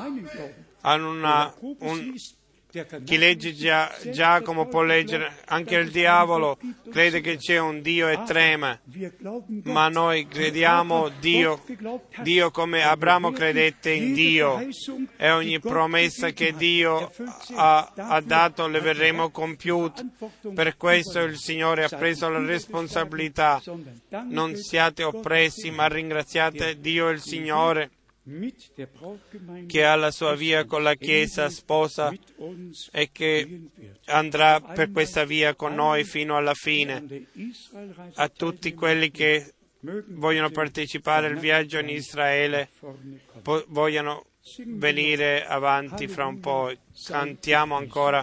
Chi legge Giacomo può leggere, anche il diavolo crede che c'è un Dio e trema, ma noi crediamo Dio come Abramo credette in Dio, e ogni promessa che Dio ha dato le verremo compiute. Per questo il Signore ha preso la responsabilità. Non siate oppressi, ma ringraziate Dio il Signore che ha la sua via con la Chiesa sposa e che andrà per questa via con noi fino alla fine. A tutti quelli che vogliono partecipare al viaggio in Israele, vogliono venire avanti fra un po'. Cantiamo ancora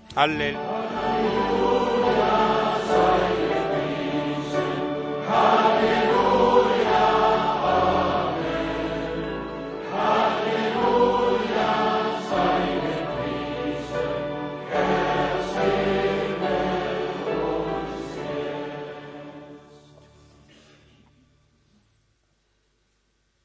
Alleluia.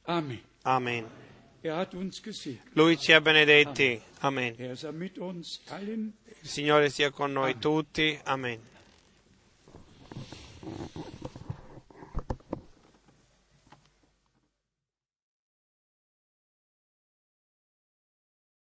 Amen. Amen. Er hat uns gesegnet. Lui ci ha benedetti. Amen. Er sei mit uns allen. Il Signore sia con noi tutti. Amen.